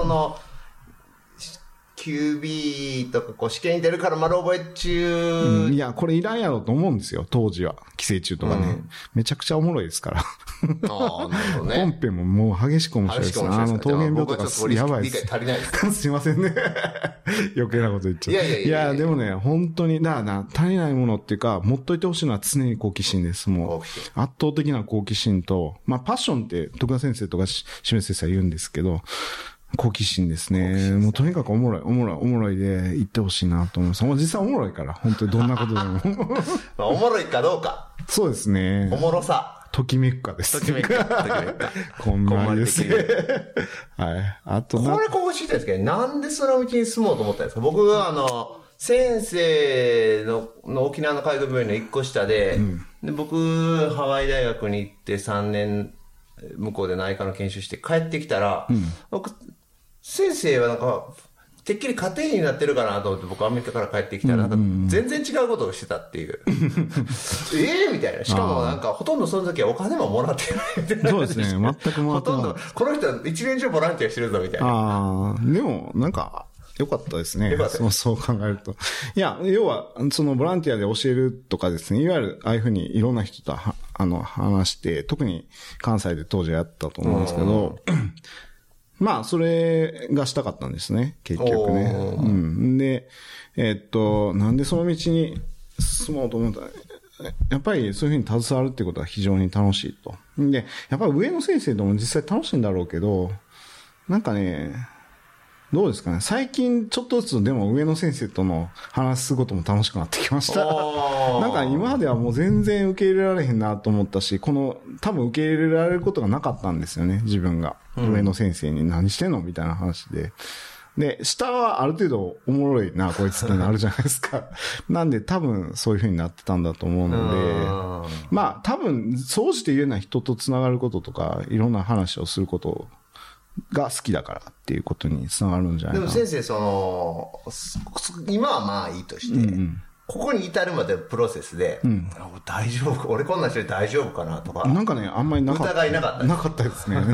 QB とか試験に出るから丸覚え中、 いや、これいらんやろと思うんですよ、当時は。寄生虫とかね。めちゃくちゃおもろいですから。なるほどね。ポンペももう激しく面白いです。桃源病とかやばいです。 理解足りないです。 すいませんね。余計なこと言っちゃう。いや、でもね、本当に、だから足りないものっていうか、持っといてほしいのは常に好奇心です。もう、圧倒的な好奇心と、まあ、パッションって徳田先生とか清水先生は言うんですけど、好奇心ですね。もうとにかくおもろいで言ってほしいなと思います。実際おもろいから、本当にどんなことでも。 おもろいかどうか。 そうですね。 おもろさ。 ときめくかです。 ときめくか。 こんまりですね。はい。あとこれここ知りたいですけど、なんでその道に住もうと思ったんですか？僕は先生の沖縄の海軍病院の一個下で、で僕、ハワイ大学に行って3年、向こうで内科の研修して帰ってきたら、僕、先生はなんか、てっきり家庭医になってるかなと思って僕アメリカから帰ってきたら、なんか全然違うことをしてたっていう。みたいな。しかもなんかほとんどその時はお金ももらってないみたいな。 そうですね。全くもらってない。 ほとんど、この人一年中ボランティアしてるぞみたいな。 でも、なんか、よかったですね。そう考えると。いや、要は、そのボランティアで教えるとかですね、いわゆるああいうふうにいろんな人と話して、特に関西で当時やったと思うんですけど、まあ、それがしたかったんですね、結局ね。で、なんでその道に進もうと思ったら、やっぱりそういうふうに携わるってことは非常に楽しいと。で、やっぱり上の先生とも実際楽しいんだろうけど、なんかね、どうですかね。最近ちょっとずつでも上野先生との話すことも楽しくなってきました。なんか今まではもう全然受け入れられへんなと思ったし、多分受け入れられることがなかったんですよね、自分が。上野先生に何してんのみたいな話で。で、下はある程度おもろいな、こいつってなるじゃないですか。なんで多分そういう風になってたんだと思うので、まあ多分、総じて言えない人と繋がることとか、いろんな話をすることが好きだからっていうことにつながるんじゃないかな。 でも先生、今はまあいいとして、ここに至るまでのプロセスで、大丈夫、俺こんな人で大丈夫かなとか。 なんかね、あんまりなかった。 疑いなかった。 なかったですね。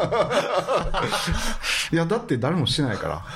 いや、だって誰もしてないから。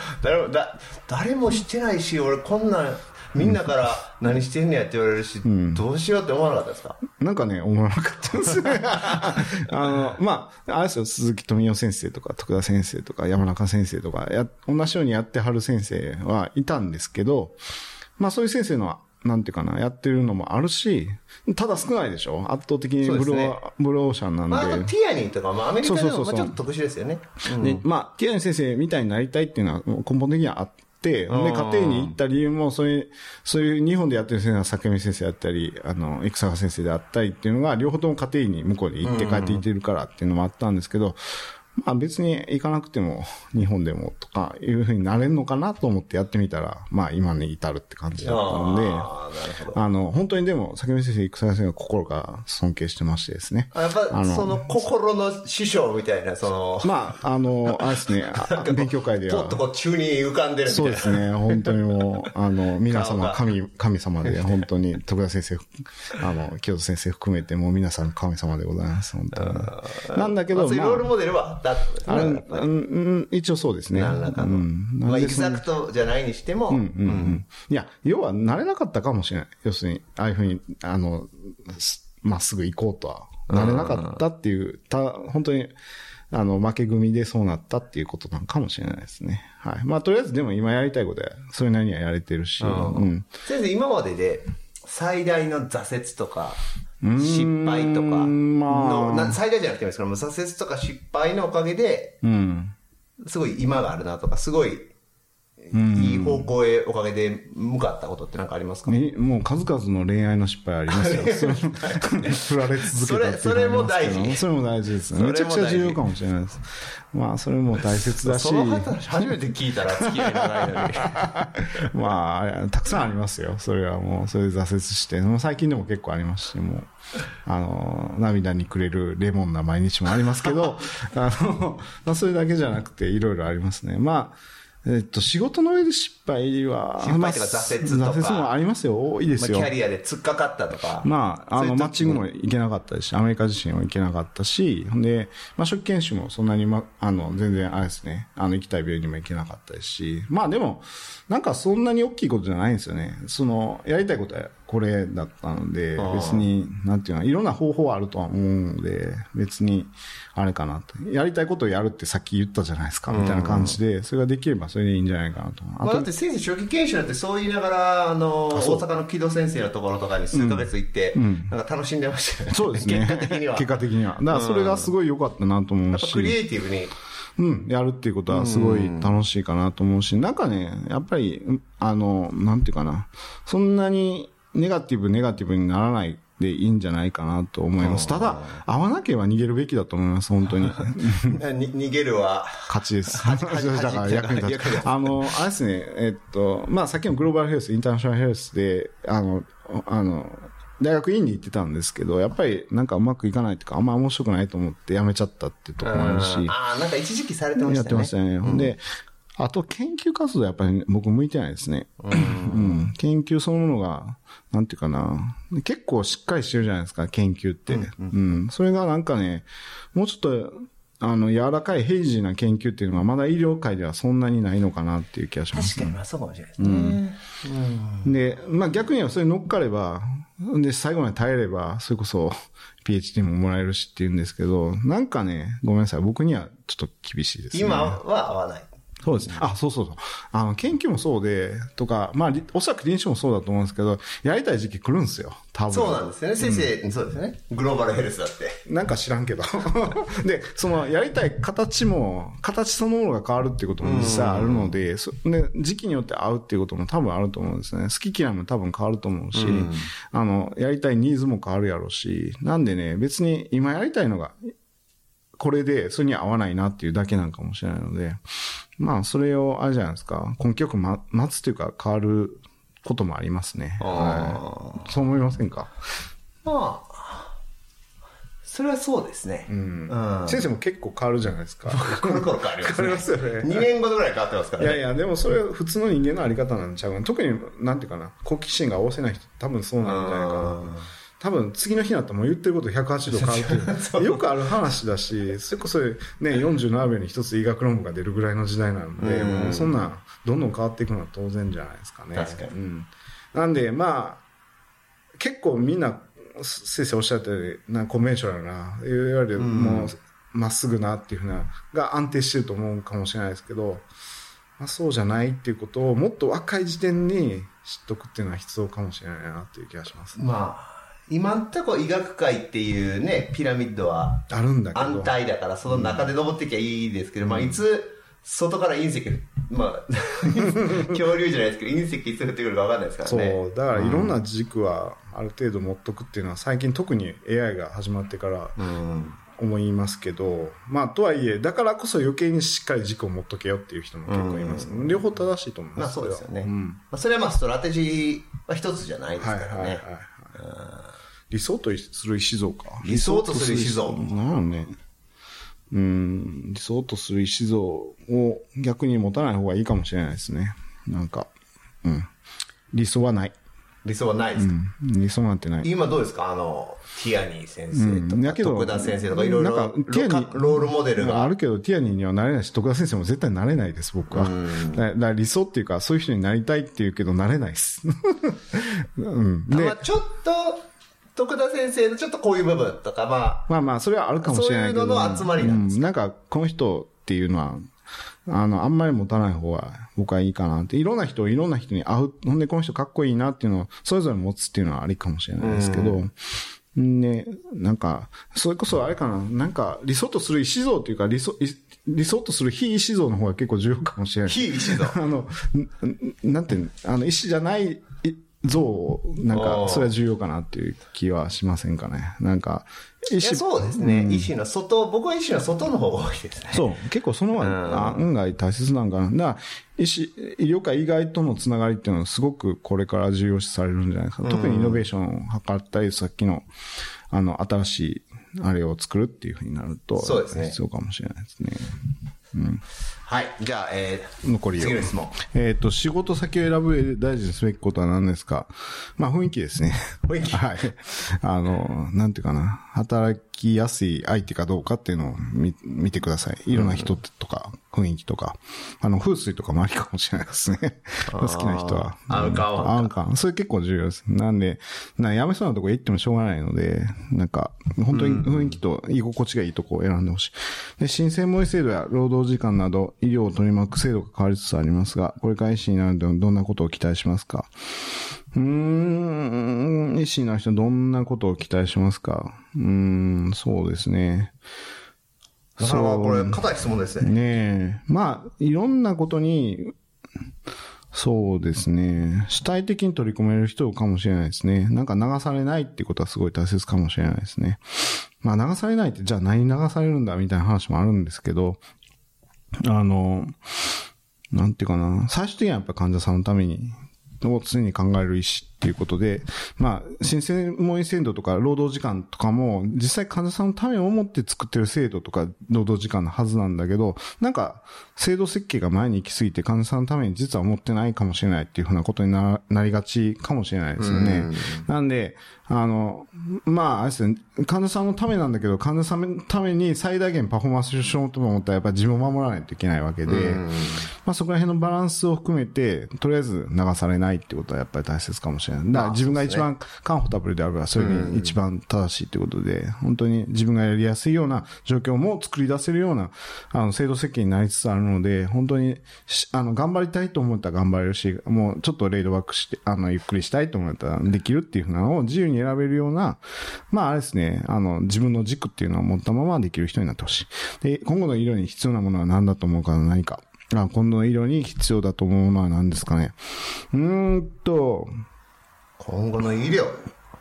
誰もしてないし、俺こんな、みんなから何してんねやって言われるし、どうしようって思わなかったですか？ なんかね、思わなかったですね。まあ、あれですよ、鈴木富夫先生とか、徳田先生とか、山中先生とか、同じようにやってはる先生はいたんですけど、まあそういう先生の、なんていうかな、やってるのもあるし、ただ少ないでしょ？圧倒的にブルーオーシャンなんで。 まあ、ティアニーとか、まあアメリカでもちょっと特殊ですよね。 で、まあ、ティアニー先生みたいになりたいっていうのは根本的にはで、家庭に行った理由も、そういう日本でやってる先生が坂上先生だったり、生坂先生であったりっていうのが、両方とも家庭に向こうで行って帰っていってるからっていうのもあったんですけど、まあ別に行かなくても日本でもとかいう風になれるのかなと思ってやってみたら、まあ今に至るって感じだったので、本当にでも、坂上先生、生坂先生が心から尊敬してましてですね。 やっぱその心の師匠みたいな、 まあ、あれですね、勉強会では。 ポッとこう宙に浮かんでるみたいな。 そうですね、本当にもう、皆様神様で、本当に、徳田先生、清田先生含めて、もう皆さん神様でございます、本当に。なんだけど、 そういうロールモデルはあったって一応そうですね。 何らかの。まあ、エグザクトじゃないにしても。 いや、要は慣れなかったかもしれない。要するに、ああいうふうに、まっすぐ行こうとは、慣れなかったっていう、本当に、負け組でそうなったっていうことなのかもしれないですね。はい。まあ、とりあえずでも今やりたいことは、それなりにはやれてるし。 先生、今までで最大の挫折とか、失敗とかの、最大じゃなくてもいいですけど、挫折とか失敗のおかげで、すごい今があるなとか、すごい、いい方向へおかげで向かったことって何かありますか？ もう数々の恋愛の失敗ありますよ。振られ続けたっていう。 それも大事。 それも大事ですね。めちゃくちゃ重要かもしれないです。まあ、それも大切だし。 その話初めて聞いたら付き合い長いのに。 まあ、たくさんありますよ。それはもう、それで挫折して。最近でも結構ありますし、もう、涙にくれるレモンな毎日もありますけど、それだけじゃなくていろいろありますね。まあ、仕事の上で失敗は、 失敗とか挫折とか。 挫折もありますよ。多いですよ。 キャリアで突っかかったとか。 まあ、マッチングもいけなかったですし、アメリカ自身もいけなかったし、で、まあ、初期研修もそんなに全然あれですね、行きたい病院にも行けなかったですし、まあでも、なんかそんなに大きいことじゃないんですよね。やりたいことはこれだったので、別に、なんていうの、いろんな方法はあるとは思うので、別に、あれかなと。やりたいことをやるってさっき言ったじゃないですか、みたいな感じで、それができればそれでいいんじゃないかなと。 だって先生、初期研修なんてそう言いながら、大阪の木戸先生のところとかに数ヶ月行って、なんか楽しんでましたよね。 そうですね。結果的には。だからそれがすごい良かったなと思うし。 クリエイティブに。 やるっていうことはすごい楽しいかなと思うし、なんかね、やっぱり、なんていうかな、そんなにネガティブにならないでいいんじゃないかなと思います。ただ、会わなければ逃げるべきだと思います、本当に。 逃げるは勝ちです。だから役に立つ。あれですね、まあ、さっきのグローバルヘルス、インターナショナルヘルスで、大学院に行ってたんですけど、やっぱりなんかうまくいかないというか、あんま面白くないと思って辞めちゃったっていうところもあるし。 なんか一時期されてましたね。 やってましたね。で、あと研究活動はやっぱり僕向いてないですね。研究そのものが、なんていうかな、結構しっかりしてるじゃないですか、研究って。それがなんかね、もうちょっと、柔らかいヘイジーな研究っていうのがまだ医療界ではそんなにないのかなっていう気がします、 ね。確かに、そうかもしれないですね。 で、まあ逆にはそれに乗っかれば、で、最後まで耐えれば、それこそ PhD ももらえるしって言うんですけど、なんかね、ごめんなさい、僕にはちょっと厳しいですね。 今は合わない。 そうですね。そう。研究もそうで、とか、まあ、おそらく臨床もそうだと思うんですけど、やりたい時期来るんですよ。多分。 そうなんですよね。先生、そうですよね。グローバルヘルスだって。 なんか知らんけど。で、やりたい形そのものが変わるっていうことも実際あるので、で、時期によって合うっていうことも多分あると思うんですね。好き嫌いも多分変わると思うし、やりたいニーズも変わるやろうし、なんでね、別に今やりたいのが、これで、それに合わないなっていうだけなんかもしれないので、まあ、それを、あれじゃないですか、根気よく待つというか変わることもありますね。そう思いませんか？ まあ、それはそうですね。 先生も結構変わるじゃないですか。 この頃変わりますね。 変わりますよね。 2年後ぐらい変わってますからね。 いや、でもそれは普通の人間のあり方なんちゃうかな。特に、なんていうかな、好奇心が旺盛な人、多分そうなんじゃないかな。多分次の日になったらもう言ってること180度変わるっていうよくある話だし、それこそね、47秒に一つ医学論文が出るぐらいの時代なので、もうそんなどんどん変わっていくのは当然じゃないですかね。 確かに。 なんでまあ結構みんな先生おっしゃったようにコンベンショナルな、いわゆるもうまっすぐなっていうふうなが安定してると思うかもしれないですけど、まあ、そうじゃないっていうことをもっと若い時点に知っとくっていうのは必要かもしれないなっていう気がします。 まあ今んとこ医学界っていうね、ピラミッドはあるんだけど安泰だから、その中で登っていきゃいいですけど、まあいつ外から隕石、まあ、恐竜じゃないですけど、隕石いつ降ってくるか分かんないですからね。 そう、だからいろんな軸はある程度持っとくっていうのは、最近特に AI が始まってから思いますけど、まあ、とはいえ、だからこそ余計にしっかり軸を持っとけよっていう人も結構います。両方正しいと思います。 まあそうですよね。まあ、それはまあストラテジーは一つじゃないですからね。 理想とする石像か。 理想とする石像。 なんね。理想とする石像を逆に持たない方がいいかもしれないですね。なんか、理想はない。 理想はないですか、 理想なんてない。 今どうですかティアニー先生とか、徳田先生とかいろいろロールモデルが。 あるけど、ティアニーにはなれないし、徳田先生も絶対なれないです、僕は。だから理想っていうか、そういう人になりたいって言うけど、なれないです。 まあちょっと、徳田先生のちょっとこういう部分とか、 まあ、それはあるかもしれないけど。 そういうのの集まりなんですか、 なんか、この人っていうのは、あんまり持たない方が僕はいいかなって。いろんな人に会う。ほんで、この人かっこいいなっていうのを、それぞれ持つっていうのはありかもしれないですけど、ね、なんか、それこそあれかな、なんか、理想とする石像っていうか、理想とする非石像の方が結構重要かもしれない。 非石像なんていうの、石じゃない像を、なんか、それは重要かなっていう気はしませんかね。なんか、 そうですね。石の外、僕は石の外の方が多いですね。 そう。結構その方が案外大切なんかな。だから、医療界以外とのつながりっていうのはすごくこれから重要視されるんじゃないですか。特にイノベーションを図ったり、さっきの、新しい、あれを作るっていうふうになると、 そうですね。 必要かもしれないですね。 はい。じゃあ、 残り次の質問。 仕事先を選ぶ上で大事にすべきことは何ですか？まあ、雰囲気ですね。 雰囲気はい。なんていうかな。働きやすい相手かどうかっていうのを見てください。いろんな人とか、雰囲気とか。風水とかもありかもしれないですね。好きな人は。 合うか。 それ結構重要です。なんで、辞めそうなとこ行ってもしょうがないので、なんか、本当に雰囲気と居心地がいいとこを選んでほしい。で、新専門医制度や労働時間など、医療を取り巻く制度が変わりつつありますが、これから医師になるとどんなことを期待しますか？医師になる人どんなことを期待しますか？そうですね。 なかなかこれ、硬い質問ですね。 ねえ。まあ、いろんなことに、そうですね。主体的に取り込める人かもしれないですね。なんか流されないっていうことはすごい大切かもしれないですね。まあ流されないって、じゃあ何流されるんだみたいな話もあるんですけど、なんていうかな。最終的にはやっぱ患者さんのために、を常に考える医師っていうことで、まあ、新専門医制度とか労働時間とかも、実際患者さんのためを思って作ってる制度とか労働時間のはずなんだけど、なんか、制度設計が前に行き過ぎて患者さんのために実は思ってないかもしれないっていうふうなことになりがちかもしれないですよね。なんで、まあ、あれですね、患者さんのためなんだけど、患者さんのために最大限パフォーマンスしようと思ったらやっぱり自分を守らないといけないわけで、まあそこら辺のバランスを含めて、とりあえず流されないってことはやっぱり大切かもしれない。だから自分が一番カンフォータブルであれば、それに一番正しいってことで、本当に自分がやりやすいような状況も作り出せるような、制度設計になりつつあるので、本当に、頑張りたいと思ったら頑張れるし、もうちょっとレイドバックして、ゆっくりしたいと思ったらできるっていうふうなのを自由に選べるような、まああれですね、自分の軸っていうのを持ったままできる人になってほしい。で、今後の医療に必要なものは何だと思うか何か。今後の医療に必要だと思うものは何ですかね。 今後の医療。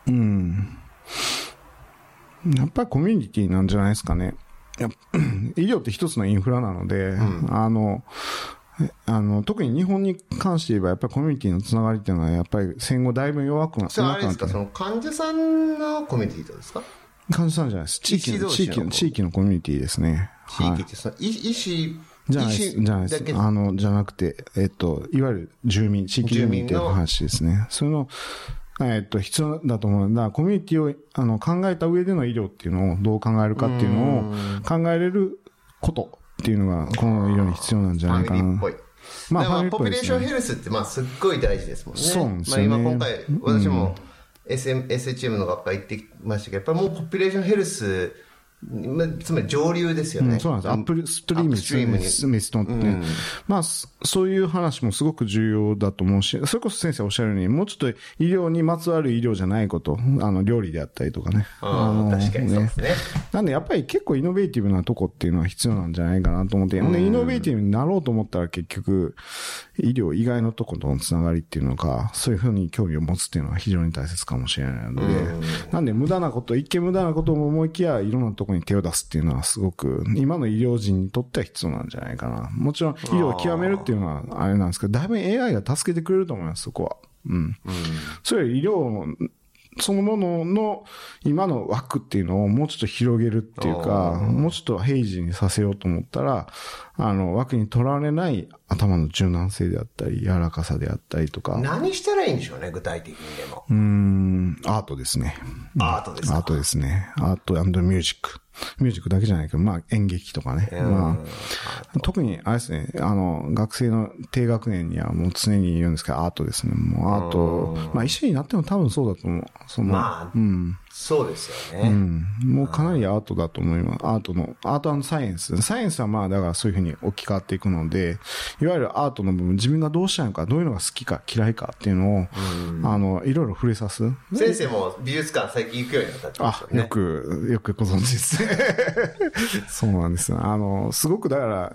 やっぱりコミュニティなんじゃないですかね。医療って一つのインフラなので、特に日本に関して言えば、やっぱりコミュニティのつながりっていうのは、やっぱり戦後だいぶ弱くなって。 それはあれですか、その患者さんのコミュニティですか？ 患者さんじゃないです。地域のコミュニティですね。 地域ってその医師じゃないです。じゃなくて、いわゆる地域住民っていう話ですね。それの、必要だと思う。だからコミュニティを、考えた上での医療っていうのをどう考えるかっていうのを考えれることっていうのが、この医療に必要なんじゃないかな。 ポピュレーションヘルスって、すっごい大事ですもんね。 そうなんですよね。 今回、私もSHM の学会行ってきましたけど、やっぱりもうポピュレーションヘルスつまり上流ですよね。 そうなんです。アップルストリームですメストンってね。まあ、そういう話もすごく重要だと思うし、それこそ先生おっしゃるように、もうちょっと医療にまつわる医療じゃないこと、料理であったりとかね。 確かにそうですね。 なんでやっぱり結構イノベーティブなとこっていうのは必要なんじゃないかなと思って、で、イノベーティブになろうと思ったら結局、医療以外のとことのつながりっていうのか、そういうふうに興味を持つっていうのは非常に大切かもしれないので、なんで無駄なこと、一見無駄なことも思いきや、いろんなところに手を出すっていうのはすごく、今の医療人にとっては必要なんじゃないかな。もちろん医療を極めるっていうのはあれなんですけど、だいぶ AI が助けてくれると思います、そこは。それより医療そのものの今の枠っていうのをもうちょっと広げるっていうか、もうちょっと平時にさせようと思ったら、枠にとらわれない頭の柔軟性であったり、柔らかさであったりとか。 何したらいいんでしょうね、具体的にでも。 アートですね。 アートですか。 アートですね。アート&ミュージック。ミュージックだけじゃないけど、まあ演劇とかね。まあ、特に、あれですね、学生の低学年にはもう常に言うんですけど、アートですね。もうアート、まあ一緒になっても多分そうだと思う。 まあ、そうですよね。 もうかなりアートだと思います。アート&サイエンス。サイエンスはまあ、だからそういうふうに置き換わっていくので、いわゆるアートの部分、自分がどうしたいのか、どういうのが好きか嫌いかっていうのを、いろいろ触れさす。 先生も美術館最近行くようになったってますよね。 よくご存知です。そうなんです。すごくだから、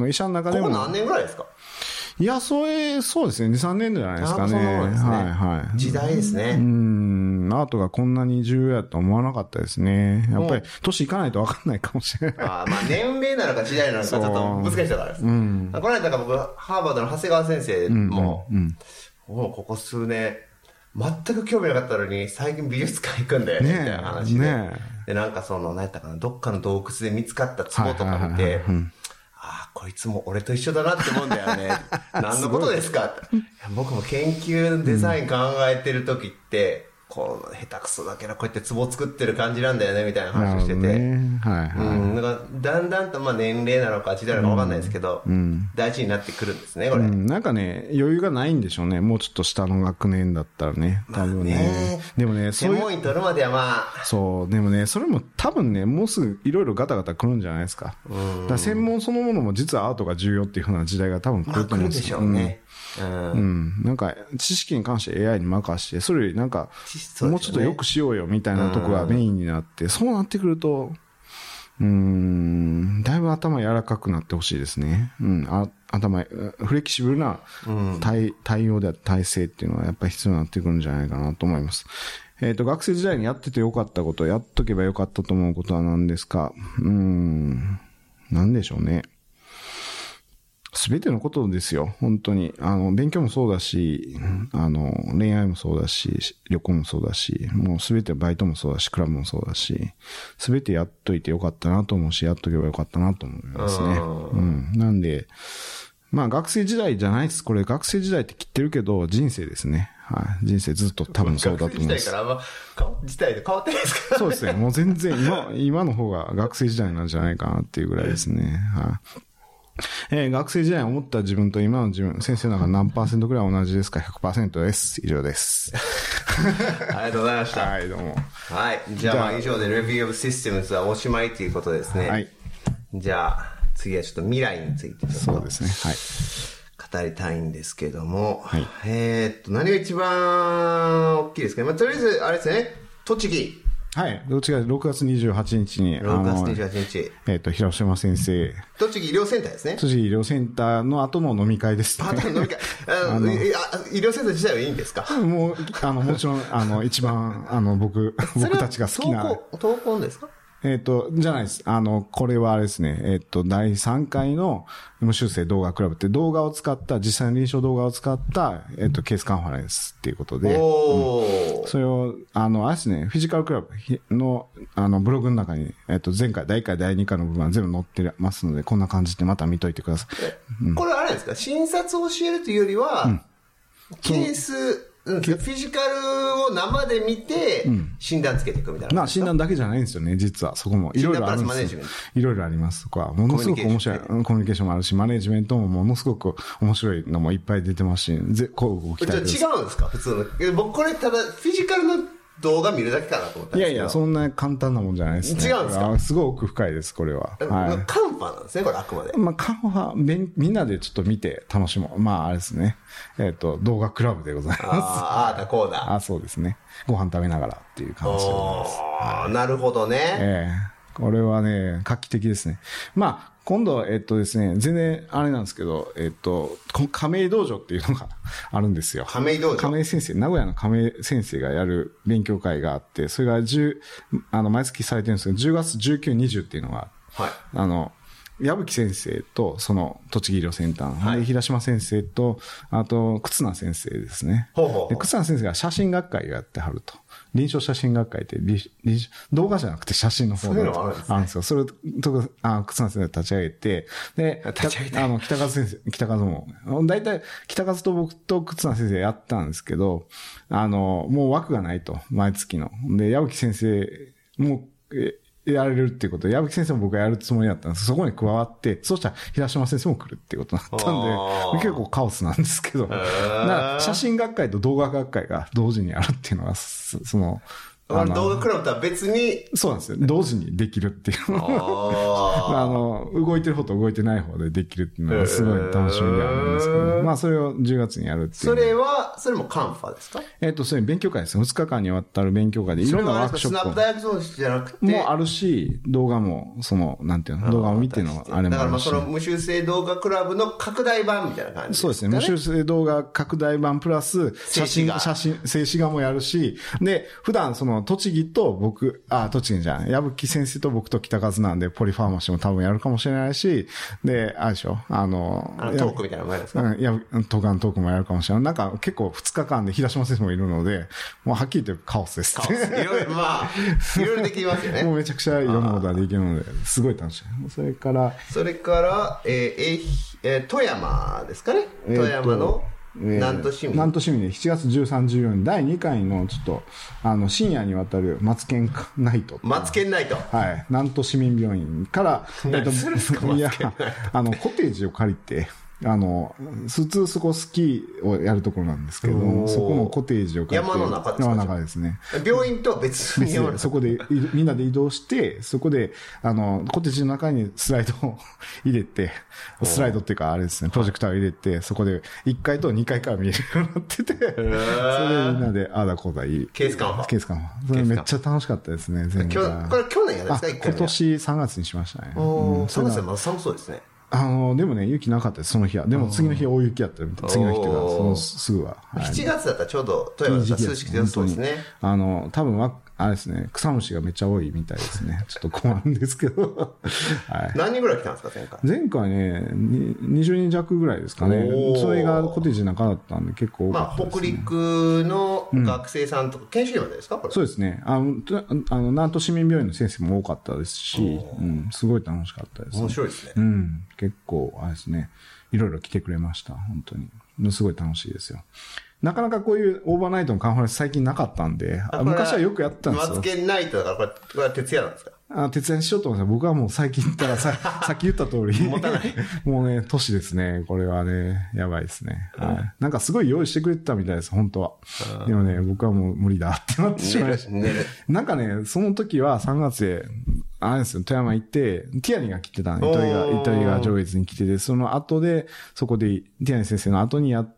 医者の中でも。 ここ何年ぐらいですか？ いや、そうですね。2、3年じゃないですかね。はい。 時代ですね。 アートがこんなに重要やと思わなかったですね。やっぱり、年いかないと分かんないかもしれない。 まあ、年齢なのか時代なのかちょっと難しいところです。この間、だから僕、ハーバードの長谷川先生も、もうここ数年、全く興味なかったのに、最近美術館行くんだよね、みたいな話で。で、なんか何やったかな、どっかの洞窟で見つかった壺とか見て、こいつも俺と一緒だなって思うんだよね。何のことですかって。僕も研究デザイン考えてる時って、こう、下手くそだけどこうやって壺作ってる感じなんだよね、みたいな話をしてて。なんかだんだんとまあ年齢なのか時代なのか分かんないですけど、大事になってくるんですね、これ。 なんかね、余裕がないんでしょうね。もうちょっと下の学年だったらね。多分ね。でもね、 専門医取るまではまあ。 そう、でもね、それも多分ね、もうすぐいろいろガタガタ来るんじゃないですか。だから専門そのものも実はアートが重要っていう風な時代が多分来ると思うんですよ。 来るでしょうね。 なんか、知識に関して AI に任して、それよりなんか、もうちょっと良くしようよみたいなとこがメインになって、そうなってくると、だいぶ頭柔らかくなってほしいですね。フレキシブルな対応であった体制っていうのはやっぱり必要になってくるんじゃないかなと思います。学生時代にやっててよかったこと、やっとけばよかったと思うことは何ですか？何でしょうね。すべてのことですよ、本当に。勉強もそうだし、恋愛もそうだし、旅行もそうだし、もうすべてバイトもそうだし、クラブもそうだし、すべてやっといてよかったなと思うし、やっとけばよかったなと思いますね。なんで、まあ学生時代じゃないです。これ学生時代って切ってるけど、人生ですね。はい。人生ずっと多分そうだと思います。 学生時代から時代で変わってないですか？ そうですね。もう全然、今の方が学生時代なんじゃないかなっていうぐらいですね。はい。学生時代に思った自分と今の自分、先生なんか何%ぐらい同じですか？ 100% です。以上です。 ありがとうございました。 はい、どうも。 はい。じゃあ以上で Review of Systems はおしまいということですね。 はい。 じゃあ、次はちょっと未来についてそうですね。はい。 語りたいんですけども、 はい。 何が一番大きいですかね。まあ、とりあえず、あれですね、栃木。 はい。どっちが6月28日に。 6月28日。 広島先生。 栃木医療センターですね。 栃木医療センターの後の飲み会ですね。 後の飲み会。医療センター自体はいいんですか？ もう、もちろん、一番、僕たちが好きな。 投稿ですか？ じゃないです。これはあれですね。第3回の無修正動画クラブって動画を使った、実際の臨床動画を使った、ケースカンファレンスっていうことで、それを、あれですね、フィジカルクラブの、ブログの中に、前回、第1回、第2回の部分は全部載ってますので、こんな感じでまた見といてください。 これあれですか？診察を教えるというよりは、ケース、フィジカルを生で見て、診断つけていくみたいな。 まあ、診断だけじゃないんですよね、実は。そこも。いろいろあるんですよ。いろいろあります。そこは。ものすごく面白い。コミュニケーションもあるし、マネージメントもものすごく面白いのもいっぱい出てますし、こう動きたいです。 じゃあ違うんですか？普通の。僕これただ、フィジカルの動画見るだけかなと思ったんですけど。 いやいや、そんな簡単なもんじゃないですね。 違うんですか？ すごい奥深いです、これは。 はい。カンファなんですね、これあくまで。 まあ、カンファ、みんなでちょっと見て楽しもう。まあ、あれですね。動画クラブでございます。 ああ、こうだ。 そうですね。ご飯食べながらっていう感じでございます。 ああ、なるほどね。 これはね、画期的ですね。まあ、今度、ですね、全然、あれなんですけど、亀井道場っていうのがあるんですよ。 亀井道場？ 亀井先生、名古屋の亀井先生がやる勉強会があって、それが毎月されてるんですけど、10月19、20っていうのが、 はい。 矢吹先生と、その、栃木医療センターの、 はい、 平島先生と、あと、忽那先生ですね。で、忽那先生が写真学会をやってはると。臨床写真学会って、動画じゃなくて写真の方で。あるんですよ。それを、忽那先生立ち上げて、で、北和も、大体、北和と僕と忽那先生やったんですけど、もう枠がないと、毎月の。で、矢吹先生も、やれるっていうことで、矢吹先生も僕がやるつもりだったんです。そこに加わって、そうしたら平島先生も来るっていうことになったんで、結構カオスなんですけど、写真学会と動画学会が同時にあるっていうのが、 動画クラブとは別にそうなんですよ。同時にできるっていう。動いてる方と動いてない方でできるっていうのがすごい楽しみであるんですけど、まあそれを10月にやるっていう。 それもカンファですか？ それ勉強会ですね。2日間にわたる勉強会でいろんなワークショップ。 スナップ大学増資じゃなくて。 もあるし、動画も、なんていうの、動画を見てのあれもあるし。 だからその無修正動画クラブの拡大版みたいな感じですかね。 そうですね。無修正動画拡大版プラス、静止画もやるし、で、普段栃木と栃木じゃん。矢吹先生と僕と北和なんで、ポリファーマシーも多分やるかもしれないし、で、あれでしょトークみたいなのもやるんですか？ トークもやるかもしれない。なんか結構2日間で平島先生もいるので、もうはっきり言ってカオスです。 カオス。いろいろできますよね。 もうめちゃくちゃいろんなことができるので、すごい楽しい。それから、 富山ですかね。富山の、南都市民。 南都市民で7月13、14に第2回のちょっと、深夜にわたるマツケンナイト。 マツケンナイト。 はい。南都市民病院から、コテージを借りて、普通そこスキーをやるところなんですけど、そこのコテージを借りて。 山の中ですか？ 山の中ですね。 病院とは別にそこで、みんなで移動して、そこで、コテージの中にスライドを入れて、スライドっていうかあれですね、プロジェクターを入れて、そこで1階と2階から見えるようになってて、それでみんなで、ああだこうだいい。 ケースカンファ。 ケースカンファ。それめっちゃ楽しかったですね、全部。 これ去年やるんですか？ 今年3月にしましたね。 3月はまだ寒そうですね。 でもね、雪なかったです、その日は。でも次の日大雪やったみたいな。次の日というか、すぐは。 7月だったらちょうど、富山だったら涼しくて良さそうですね。 多分あれですね、草むしがめっちゃ多いみたいですね。ちょっと困るんですけど。 はい。何人ぐらい来たんですか、前回？ 前回ね、20人弱ぐらいですかね。それがコテージの中だったんで結構多かったですね。 北陸の学生さんとか、研修医までですか、これ？ そうですね。南都市民病院の先生も多かったですし、すごい楽しかったです。 面白いですね。 結構、あれですね。いろいろ来てくれました、本当に。すごい楽しいですよ。なかなかこういうオーバーナイトのカンファレンス最近なかったんで、昔はよくやったんですよ。 マツケンナイトだから、これは徹夜なんですか？ 徹夜にしようと思うんですよ。僕はもう最近言ったらさっき言った通り。 持たない。 もうね、年ですね。これはね、やばいですね。はい。なんかすごい用意してくれてたみたいです、本当は。でもね、僕はもう無理だってなってしまいました。なんかね、その時は3月で、あれですよ、富山行って、ティアニが来てたね。糸井が上越に来てて、その後で、そこで、ティアニ先生の後にやって、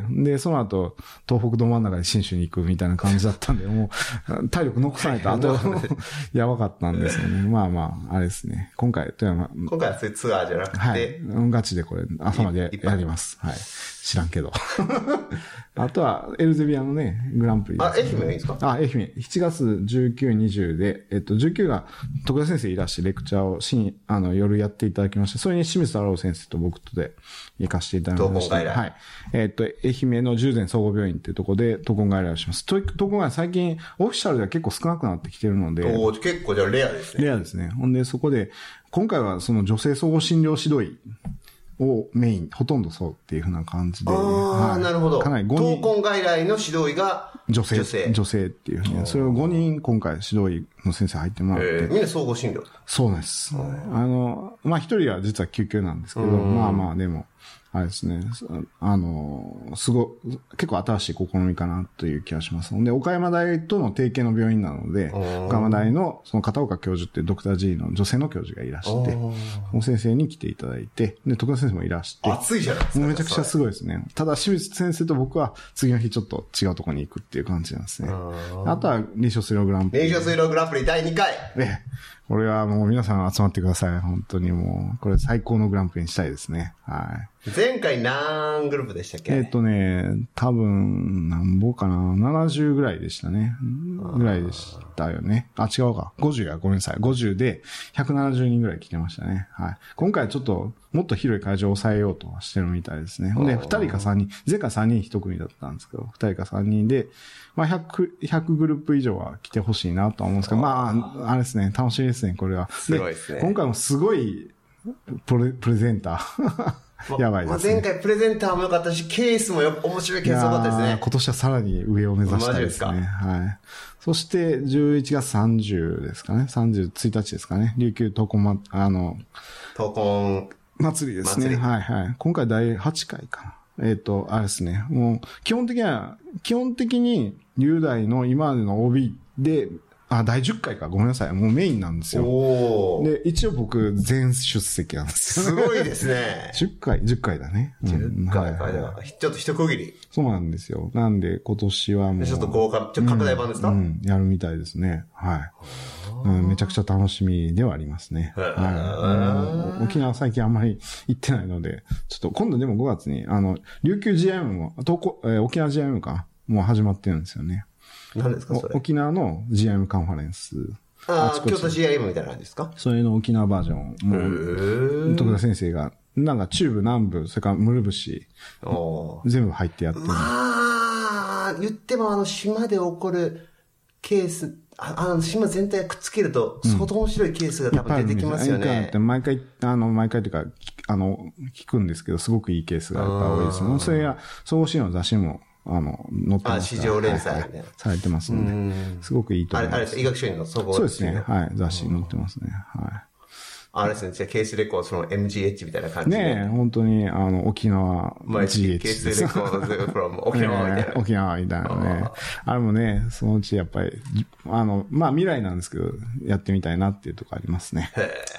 で、その後、東北ど真ん中で新州に行くみたいな感じだったんで、もう、体力残さないと、あと、やばかったんですよね。まあまあ、あれですね。今回はそういうツアーじゃなくて。 はい。ガチでこれ、朝までやります。はい。知らんけど。あとは、エルゼビアのね、グランプリ。 愛媛はいいですか？ 愛媛。7月19、20で、19が徳田先生いらしてレクチャーを夜やっていただきまして、それに清水太郎先生と僕とで行かせていただきました。 はい。 愛媛の十全総合病院っていうところで闘魂外来をします。闘魂外来最近オフィシャルでは結構少なくなってきてるので。 結構じゃあレアですね。 レアですね。ほんで、そこで、今回はその女性総合診療指導医をメイン、ほとんどそうっていう風な感じで。 なるほど。 かなり闘魂外来の指導医が女性っていうね。それを5人今回指導医の先生入ってもらって。 みんな総合診療？ そうです。まあ一人は実は救急なんですけど、まあまあでも、あれですね。結構新しい試みかなという気がしますので、岡山大との提携の病院なので、岡山大のその片岡教授ってドクター G の女性の教授がいらして、その先生に来ていただいて、で、徳田先生もいらして。 熱いじゃないですか。 めちゃくちゃすごいですね。ただ、清水先生と僕は次の日ちょっと違うところに行くっていう感じなんですね。あとは、臨床水療グランプリ。 臨床水療グランプリ第2回。 これはもう皆さん集まってください。本当にもう、これ最高のグランプリにしたいですね。はい。 前回何グループでしたっけ？ 多分、何本かな ?70 ぐらいでしたね。ぐらいでしたよね。あ、違うか。50や、ごめんなさい。50で170人ぐらい来てましたね。はい。今回はちょっと、もっと広い会場を抑えようとしてるみたいですね。で、2人か3人、前回3人1組だったんですけど、2人か3人で、まあ100グループ以上は来てほしいなとは思うんですけど、まあ、あれですね、楽しみですね、これは。 すごいですね。 今回もすごいプレゼンター。やばいですね。 前回プレゼンターも良かったし、ケースも面白いケース良かったですね。 今年はさらに上を目指したいですね。マジですか？はい。そして、11月30ですかね。31日ですかね。琉球闘魂闘魂祭りですね。はいはい。今回第8回かな。あれですね。もう、基本的に、雄大の今までの OB で、第10回か。ごめんなさい。もうメインなんですよ。で、一応僕、全出席なんですよ、 ね。すごいですね。 10回だね。 10回か。ちょっと一区切り。 そうなんですよ。なんで、今年はもう。 ちょっと豪華、ちょっと拡大版ですか？ やるみたいですね。はい。めちゃくちゃ楽しみではありますね。はい。沖縄最近あんまり行ってないので、ちょっと今度でも5月に、琉球 GIM も、沖縄 GIM か、もう始まってるんですよね。 何ですかそれ？ 沖縄の GIM カンファレンス。 京都 GIM みたいな感じですか？ それの沖縄バージョン。もう、徳田先生が、なんか中部、南部、それから室伏、全部入ってやってる。 言っても島で起こるケース、島全体くっつけると、相当面白いケースが多分出てきますよね。 毎回というか、聞くんですけど、すごくいいケースがやっぱ多いですね。それや、総合資料の雑誌も、載ってます。 市場連載みたいな。 されてますので、すごくいいと思います。 あれです、医学書院の総合。 そうですね。はい。雑誌載ってますね。はい。 あれですね、じゃあケースレコード、その MGH みたいな感じで。 ねえ、本当に、沖縄 GH ケースレコード from 沖縄みたいな。 沖縄みたいなね。あれもね、そのうちやっぱり、まあ未来なんですけど、やってみたいなっていうところありますね。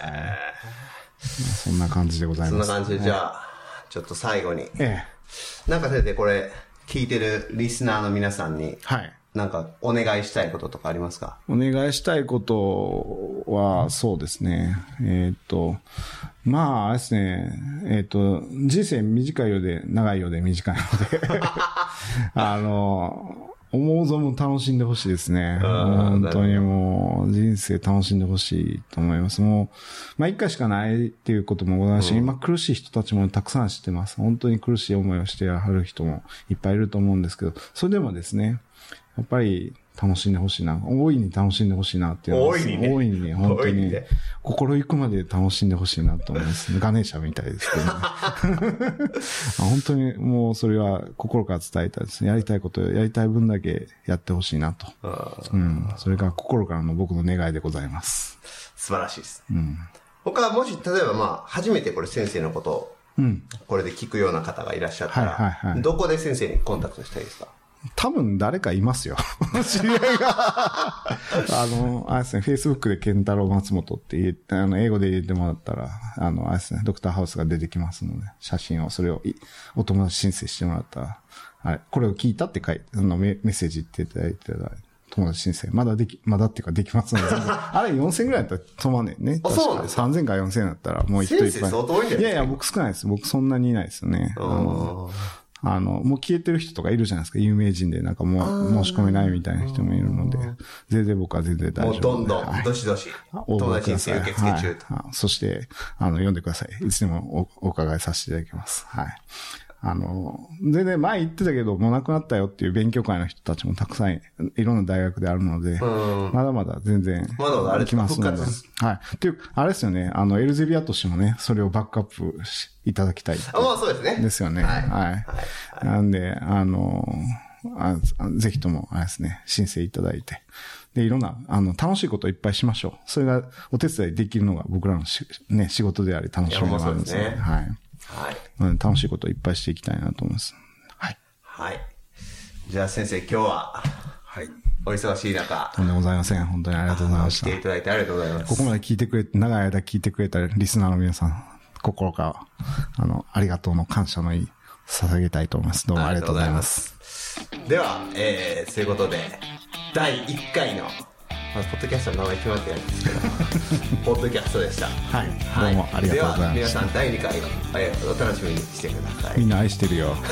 そんな感じでございます。 そんな感じで、じゃあ、ちょっと最後に。なんか先生、これ、聞いてるリスナーの皆さんに、はい。なんか、お願いしたいこととかありますか？ お願いしたいことは、そうですね。まあ、あれですね。人生短いようで、長いようで短いので、思う存分楽しんでほしいですね。本当にもう、人生楽しんでほしいと思います。もう、まあ一回しかないっていうこともございますし、今苦しい人たちもたくさん知ってます。本当に苦しい思いをしてはる人もいっぱいいると思うんですけど、それでもですね、やっぱり楽しんでほしいな。大いに楽しんでほしいなっていうのは。大いにね、本当に、心ゆくまで楽しんでほしいなと思います。ガネーシャみたいですけどね。本当にもうそれは心から伝えたいですね。やりたいこと、やりたい分だけやってほしいなと。それが心からの僕の願いでございます。 素晴らしいです。他はもし、例えばまあ、初めてこれ先生のことを、これで聞くような方がいらっしゃったら、どこで先生にコンタクトしたいですか？ 多分誰かいますよ。知り合いが。あれですね、Facebook でケンタロウ松本って英語で入れてもらったら、あれですね、ドクターハウスが出てきますので、写真を、それをお友達申請してもらったら、はい、これを聞いたって書いて、メッセージ言っていただいてたら、友達申請、まだっていうかできますので、あれ4000ぐらいだったら止まんねんね。 あ、そうなんですか？ 3000から4000だったらもう一人いっぱい。 先生相当多いんじゃないですか？ いやいや、僕少ないです。僕そんなにいないですよね。もう消えてる人とかいるじゃないですか。有名人でなんかもう申し込めないみたいな人もいるので、全然僕は全然大丈夫。 もうどんどん、どしどし、友達申請受付中と。 そして、読んでください。いつでもお伺いさせていただきます。はい。全然前言ってたけど、もうなくなったよっていう勉強会の人たちもたくさんいろんな大学であるので、まだまだ全然まだまだあれ来ますので。はい。っていう、あれですよね、エルゼビアとしてもね、それをバックアップいただきたい。 まあそうですね。 ですよね。はい。なんで、 ぜひとも、あれですね、申請いただいて。で、いろんな、楽しいことをいっぱいしましょう。それがお手伝いできるのが僕らの仕事であり楽しみでもあるんですね。はい。はい。楽しいことをいっぱいしていきたいなと思います。はい。 はい。じゃあ先生、今日は、はい。お忙しい中。 とんでもございません。本当にありがとうございました。 来ていただいてありがとうございます。 ここまで長い間聞いてくれたリスナーの皆さん、心から、ありがとうの感謝の意、捧げたいと思います。どうもありがとうございます。 では、そういうことで、第1回の、まず、ポッドキャストの名前決まってないんですけど、ポッドキャストでした。 はい。どうもありがとうございました。では、 皆さん第2回を、お楽しみにしてください。 みんな愛してるよ。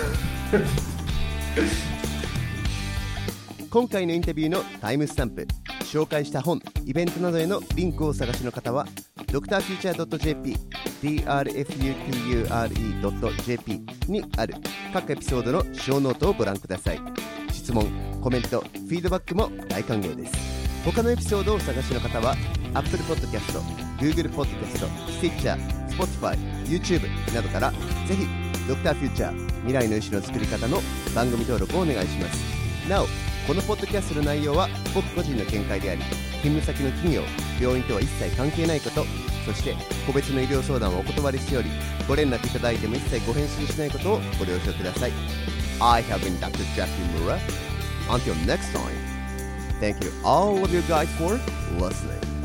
今回のインタビューのタイムスタンプ、紹介した本、イベントなどへのリンクをお探しの方は、drfuture.jp、drfuture.jp にある各エピソードのショーノートをご覧ください。質問、コメント、フィードバックも大歓迎です。他のエピソードをお探しの方は Apple Podcast、Google Podcast、Stitcher、Spotify、YouTube などからぜひ Dr. Future 未来の医師の作り方の番組登録をお願いします。なお、このポッドキャストの内容は僕個人の見解であり、勤務先の企業、病院とは一切関係ないこと、そして個別の医療相談をお断りしており、ご連絡いただいても一切ご返信しないことをご了承ください。I have been Dr. Jeffrey Mura. Until next time, thank you all of you guys for listening.